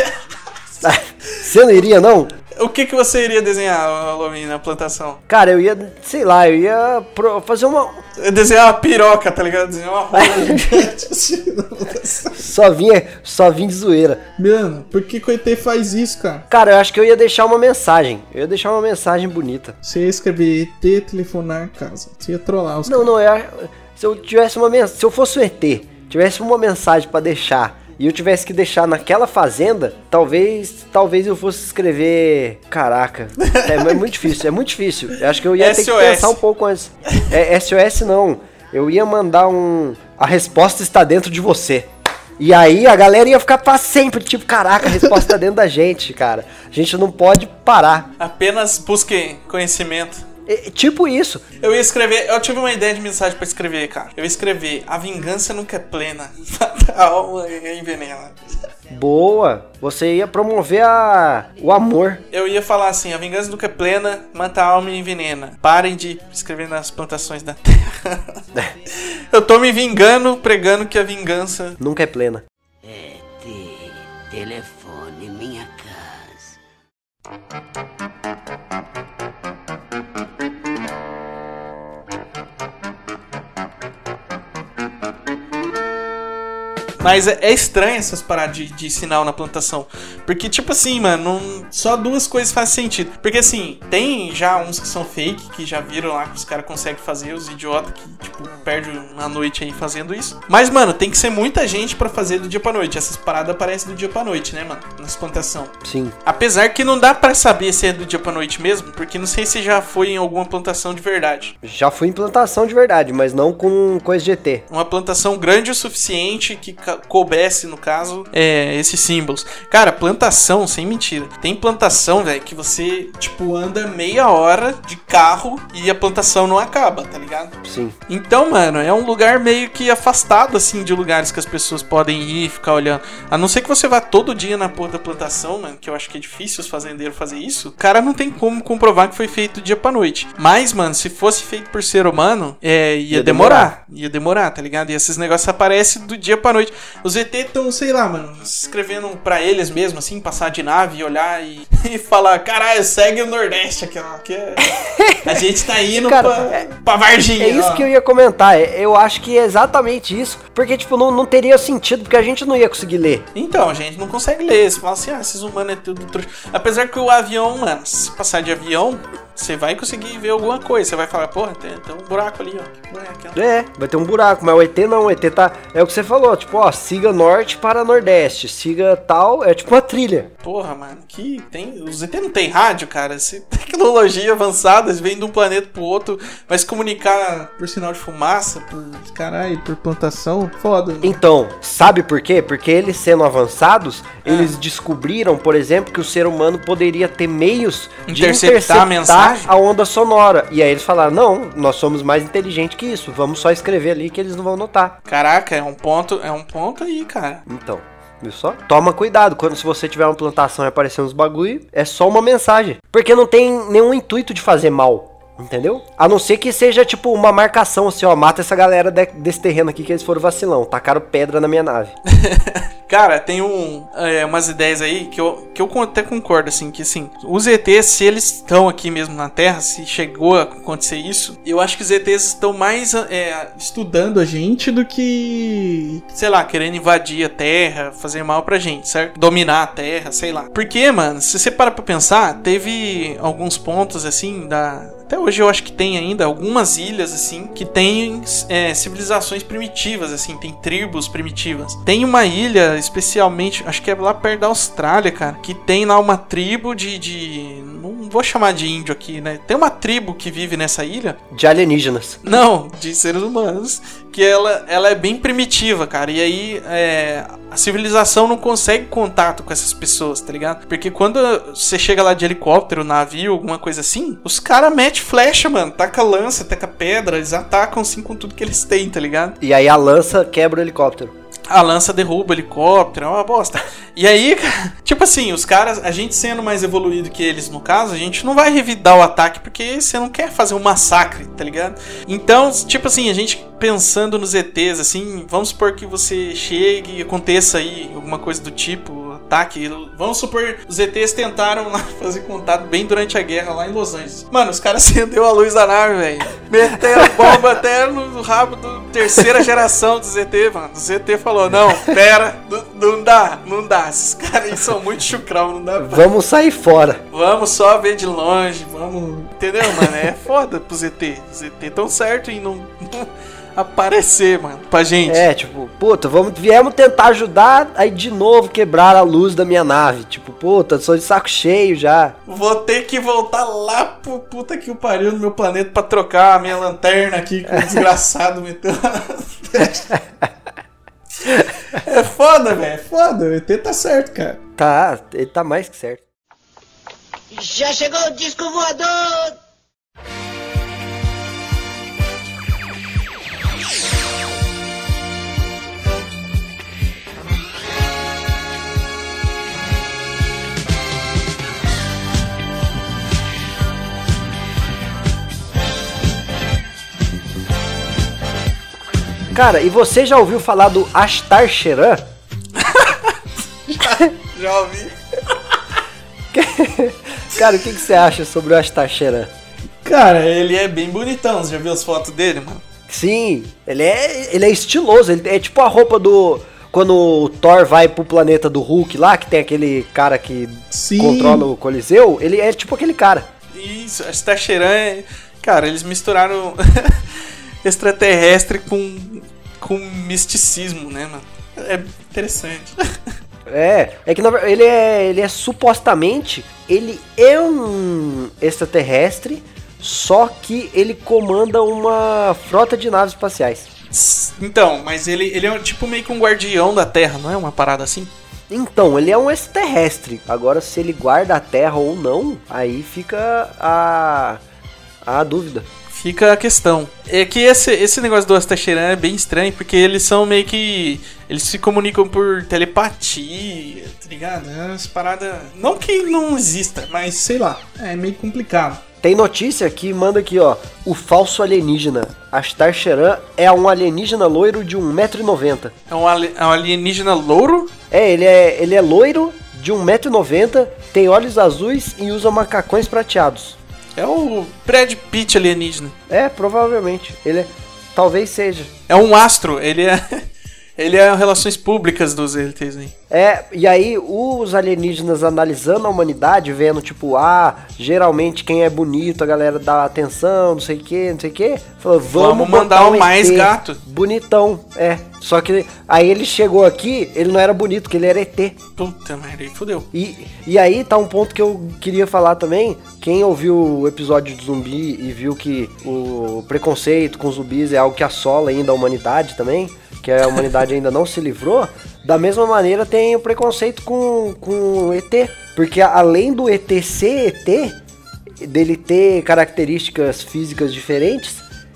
Você não iria, não? O que você iria desenhar, Lomin, na plantação? Cara, eu ia, sei lá, fazer uma... Desenhar uma piroca, tá ligado? Desenhar uma roda gigante assim. Só vim de zoeira. Mano, por que o ET faz isso, cara? Cara, eu acho que eu ia deixar uma mensagem. Eu ia deixar uma mensagem bonita. Você ia escrever ET telefonar casa. Você ia trollar os caras. Se eu fosse o ET, tivesse uma mensagem pra deixar e eu tivesse que deixar naquela fazenda, talvez eu fosse escrever... Caraca, é muito difícil. Eu acho que eu ia ter que pensar um pouco antes. SOS não, eu ia mandar a resposta está dentro de você. E aí a galera ia ficar pra sempre, tipo, caraca, a resposta tá dentro da gente, cara. A gente não pode parar. Apenas busque conhecimento. Tipo isso. Eu tive uma ideia de mensagem pra escrever, cara. Eu ia escrever, a vingança nunca é plena. A alma envenena. Boa. Você ia promover o amor. Eu ia falar assim, a vingança nunca é plena, mata a alma e envenena. Parem de escrever nas plantações da terra. Eu tô me vingando, pregando que a vingança nunca é plena. Telefone minha casa. Mas é estranho essas paradas de sinal na plantação. Porque, tipo assim, mano, só duas coisas fazem sentido. Porque, assim, tem já uns que são fake, que já viram lá que os caras conseguem fazer, os idiotas que, tipo, perdem uma noite aí fazendo isso. Mas, mano, tem que ser muita gente pra fazer do dia pra noite. Essas paradas aparecem do dia pra noite, né, mano? Nas plantação. Sim. Apesar que não dá pra saber se é do dia pra noite mesmo, porque não sei se já foi em alguma plantação de verdade. Já fui em plantação de verdade, mas não com coisa de ET. Uma plantação grande o suficiente que coubesse, no caso, esses símbolos. Cara, plantação, sem mentira. Tem plantação, velho, que você, tipo, anda meia hora de carro e a plantação não acaba, tá ligado? Sim. Então, mano, é um lugar meio que afastado, assim, de lugares que as pessoas podem ir e ficar olhando. A não ser que você vá todo dia na porra da plantação, mano, que eu acho que é difícil os fazendeiros fazer isso. O cara não tem como comprovar que foi feito do dia pra noite. Mas, mano, se fosse feito por ser humano, ia demorar. Ia demorar, tá ligado? E esses negócios aparecem do dia pra noite. Os ET estão, sei lá, mano, escrevendo pra eles mesmo, assim, passar de nave e olhar e falar, caralho, segue o Nordeste aqui, ó. Que a gente tá indo pra Varginha. É isso que eu ia comentar. Eu acho que é exatamente isso. Porque, tipo, não teria sentido, porque a gente não ia conseguir ler. Então, a gente não consegue ler. Você fala assim, esses humanos é tudo trouxa. Apesar que o avião, mano, se passar de avião, você vai conseguir ver alguma coisa. Você vai falar, porra, tem um buraco ali, ó. Que buraco é aquela? Vai ter um buraco, mas o ET não. O ET tá... É o que você falou, tipo, ó, siga norte para nordeste. Siga tal, é tipo uma trilha. Porra, mano, os ET não tem rádio, cara. Se tecnologia avançada, eles vêm de um planeta pro outro, vai se comunicar por sinal de fumaça, por plantação, foda. Mano. Então, sabe por quê? Porque eles sendo avançados, eles descobriram, por exemplo, que o ser humano poderia ter meios de interceptar a mensagem, a onda sonora. E aí eles falaram, não, nós somos mais inteligentes que isso, vamos só escrever ali que eles não vão notar. Caraca, é um ponto aí, cara. Então, viu só? Toma cuidado, se você tiver uma plantação e aparecer uns bagulho, é só uma mensagem. Porque não tem nenhum intuito de fazer mal. Entendeu? A não ser que seja tipo uma marcação assim, ó, mata essa galera desse terreno aqui que eles foram vacilão, tacaram pedra na minha nave. Cara, tem umas ideias aí que eu até concordo, assim, que assim, os ETs, se eles estão aqui mesmo na Terra, se chegou a acontecer isso, eu acho que os ETs estão mais estudando a gente do que, sei lá, querendo invadir a Terra, fazer mal pra gente, certo? Dominar a Terra, sei lá. Porque, mano, se você para pra pensar, teve alguns pontos, assim, até hoje eu acho que tem ainda algumas ilhas, assim, que tem civilizações primitivas, assim, tem tribos primitivas. Tem uma ilha, especialmente, acho que é lá perto da Austrália, cara, que tem lá uma tribo não vou chamar de índio aqui, né? Tem uma tribo que vive nessa ilha. De alienígenas. Não, de seres humanos. Que ela é bem primitiva, cara. E aí, a civilização não consegue contato com essas pessoas, tá ligado? Porque quando você chega lá de helicóptero, navio, alguma coisa assim, os caras metem flecha, mano. Taca lança, taca pedra. Eles atacam, assim, com tudo que eles têm, tá ligado? E aí a lança quebra o helicóptero. A lança derruba o helicóptero, é uma bosta. E aí, tipo assim, os caras, a gente sendo mais evoluído que eles, no caso, a gente não vai revidar o ataque porque você não quer fazer um massacre, tá ligado? Então, tipo assim, a gente pensando nos ETs, assim, vamos supor que você chegue e aconteça aí alguma coisa do tipo, ataque. Vamos supor, os ETs tentaram lá fazer contato bem durante a guerra lá em Los Angeles. Mano, os caras acendeu a luz da nave, velho. Meteram bomba até no rabo da terceira geração dos ET, mano. Os ET falou, não, pera, não dá. Esses caras aí são muito chucrão, não dá pra... Vamos sair fora. Vamos só ver de longe, vamos... Entendeu, mano? É foda pros ET. Os ET tão certo e não... aparecer, mano, pra gente. É, tipo, puta, viemos tentar ajudar, aí de novo quebraram a luz da minha nave. Tipo, puta, sou de saco cheio já. Vou ter que voltar lá pro puta que o pariu no meu planeta pra trocar a minha lanterna aqui que o desgraçado meteu. É foda, velho, é foda. O ET tá certo, cara. Tá, ele tá mais que certo. Já chegou o disco voador! Cara, e você já ouviu falar do Ashtar Sheran? Já ouvi. Cara, o que você acha sobre o Ashtar Sheran? Cara, ele é bem bonitão. Você já viu as fotos dele, mano? Sim, ele é estiloso, ele é tipo a roupa do... Quando o Thor vai pro planeta do Hulk lá, que tem aquele cara que Sim. controla o Coliseu, ele é tipo aquele cara. Isso, a Star Sheran é... Cara, eles misturaram extraterrestre com misticismo, né, mano? É interessante. É que ele é supostamente, ele é um extraterrestre, só que ele comanda uma frota de naves espaciais. Então, mas ele é tipo meio que um guardião da Terra, não é uma parada assim? Então, ele é um extraterrestre. Agora, se ele guarda a Terra ou não, aí fica a dúvida. Fica a questão. É que esse negócio do Ashtar Sheran é bem estranho, porque eles são meio que... Eles se comunicam por telepatia, tá ligado? É umas paradas... Não que não exista, mas sei lá. É meio complicado. Tem notícia que manda aqui, ó. O falso alienígena. Ashtar Sheran é um alienígena loiro de 1,90 m. É um alienígena louro? Ele é loiro, de 1,90 m, tem olhos azuis e usa macacões prateados. É o Brad Pitt alienígena. É, provavelmente. Talvez seja. É um astro, ele é relações públicas dos ETs aí. E aí os alienígenas analisando a humanidade, vendo tipo, geralmente quem é bonito, a galera dá atenção, não sei o que, falou, vamos mandar o um mais ET gato. Bonitão, Só que aí ele chegou aqui, ele não era bonito, porque ele era ET. Puta merda, aí fodeu. E aí tá um ponto que eu queria falar também. Quem ouviu o episódio de zumbi e viu que o preconceito com zumbis é algo que assola ainda a humanidade também, que a humanidade ainda não se livrou, da mesma maneira tem o preconceito com o ET. Porque além do ET ser ET, dele ter características físicas diferentes,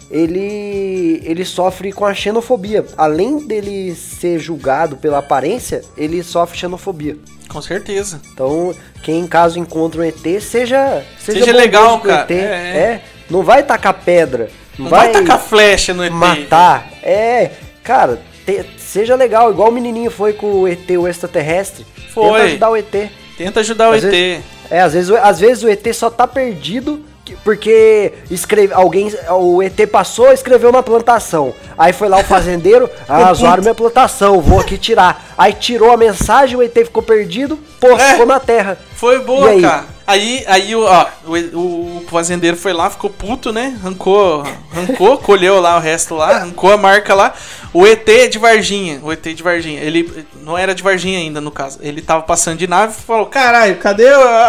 ele sofre com a xenofobia. Além dele ser julgado pela aparência, ele sofre xenofobia. Com certeza. Então, quem caso encontra um ET, seja legal, cara. ET. Não vai tacar pedra. Não vai tacar flecha no ET. Matar. Cara, seja legal, igual o menininho foi com o ET, o extraterrestre. Foi. Tenta ajudar o ET. Tenta ajudar o ET. Às vezes o ET só tá perdido porque o ET passou e escreveu na plantação. Aí foi lá o fazendeiro, zoaram minha plantação, vou aqui tirar. Aí tirou a mensagem, o ET ficou perdido, ficou na terra. Foi boa, cara. Aí o fazendeiro foi lá, ficou puto, né? Arrancou, colheu lá o resto lá, arrancou a marca lá. O ET de Varginha, ele não era de Varginha ainda, no caso. Ele tava passando de nave e falou, caralho, cadê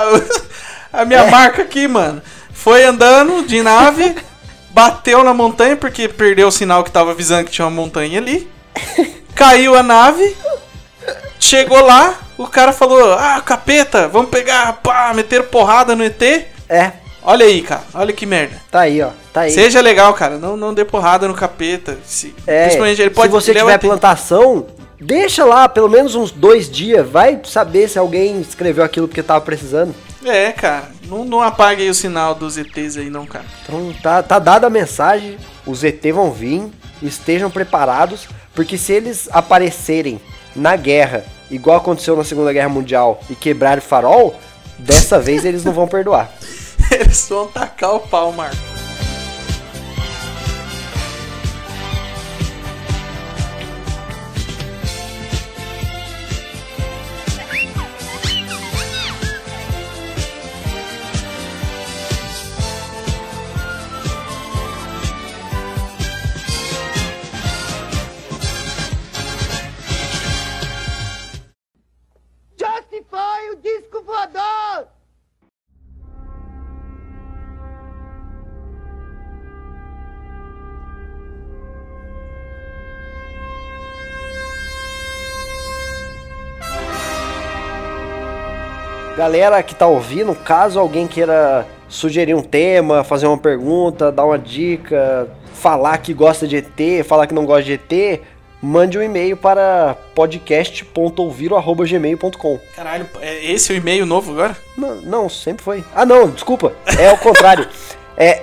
a minha marca aqui, mano? Foi andando de nave, bateu na montanha, porque perdeu o sinal que tava avisando que tinha uma montanha ali. Caiu a nave, chegou lá, o cara falou, capeta, vamos pegar, meteram porrada no ET. Olha aí, cara, olha que merda. Tá aí, ó, tá aí. Seja legal, cara, não dê porrada no capeta. Principalmente ele pode... Se você tiver plantação, deixa lá pelo menos uns 2 dias, vai saber se alguém escreveu aquilo porque tava precisando. Cara, não apague aí o sinal dos ETs aí não, cara. Então tá dada a mensagem, os ET vão vir, estejam preparados, porque se eles aparecerem na guerra, igual aconteceu na Segunda Guerra Mundial, e quebrarem farol, dessa vez eles não vão perdoar. Eles vão tacar o pau, Marco. Galera que tá ouvindo, caso alguém queira sugerir um tema, fazer uma pergunta, dar uma dica, falar que gosta de ET, falar que não gosta de ET, mande um e-mail para podcast.ouviro@gmail.com. Caralho, esse é o e-mail novo agora? Não, sempre foi. Ah, não, desculpa. É ao contrário. É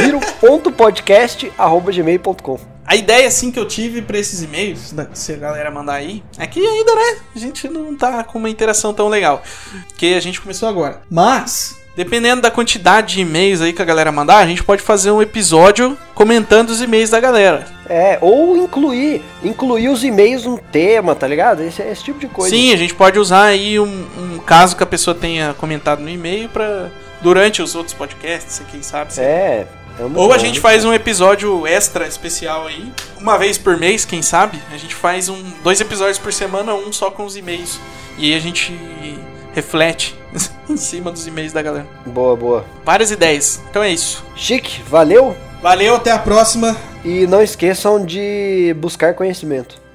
ouviro.podcast@gmail.com. A ideia, assim, que eu tive pra esses e-mails, se a galera mandar aí, é que ainda, né, a gente não tá com uma interação tão legal, que a gente começou agora. Mas, dependendo da quantidade de e-mails aí que a galera mandar, a gente pode fazer um episódio comentando os e-mails da galera. Ou incluir os e-mails num tema, tá ligado? Esse tipo de coisa. Sim, a gente pode usar aí um caso que a pessoa tenha comentado no e-mail pra... durante os outros podcasts, quem sabe. Ou a gente faz um episódio extra especial aí, uma vez por mês, quem sabe. A gente faz 2 episódios por semana, um só com os e-mails. E aí a gente reflete em cima dos e-mails da galera. Boa. Várias ideias. Então é isso. Chique, valeu. Valeu, até a próxima. E não esqueçam de buscar conhecimento.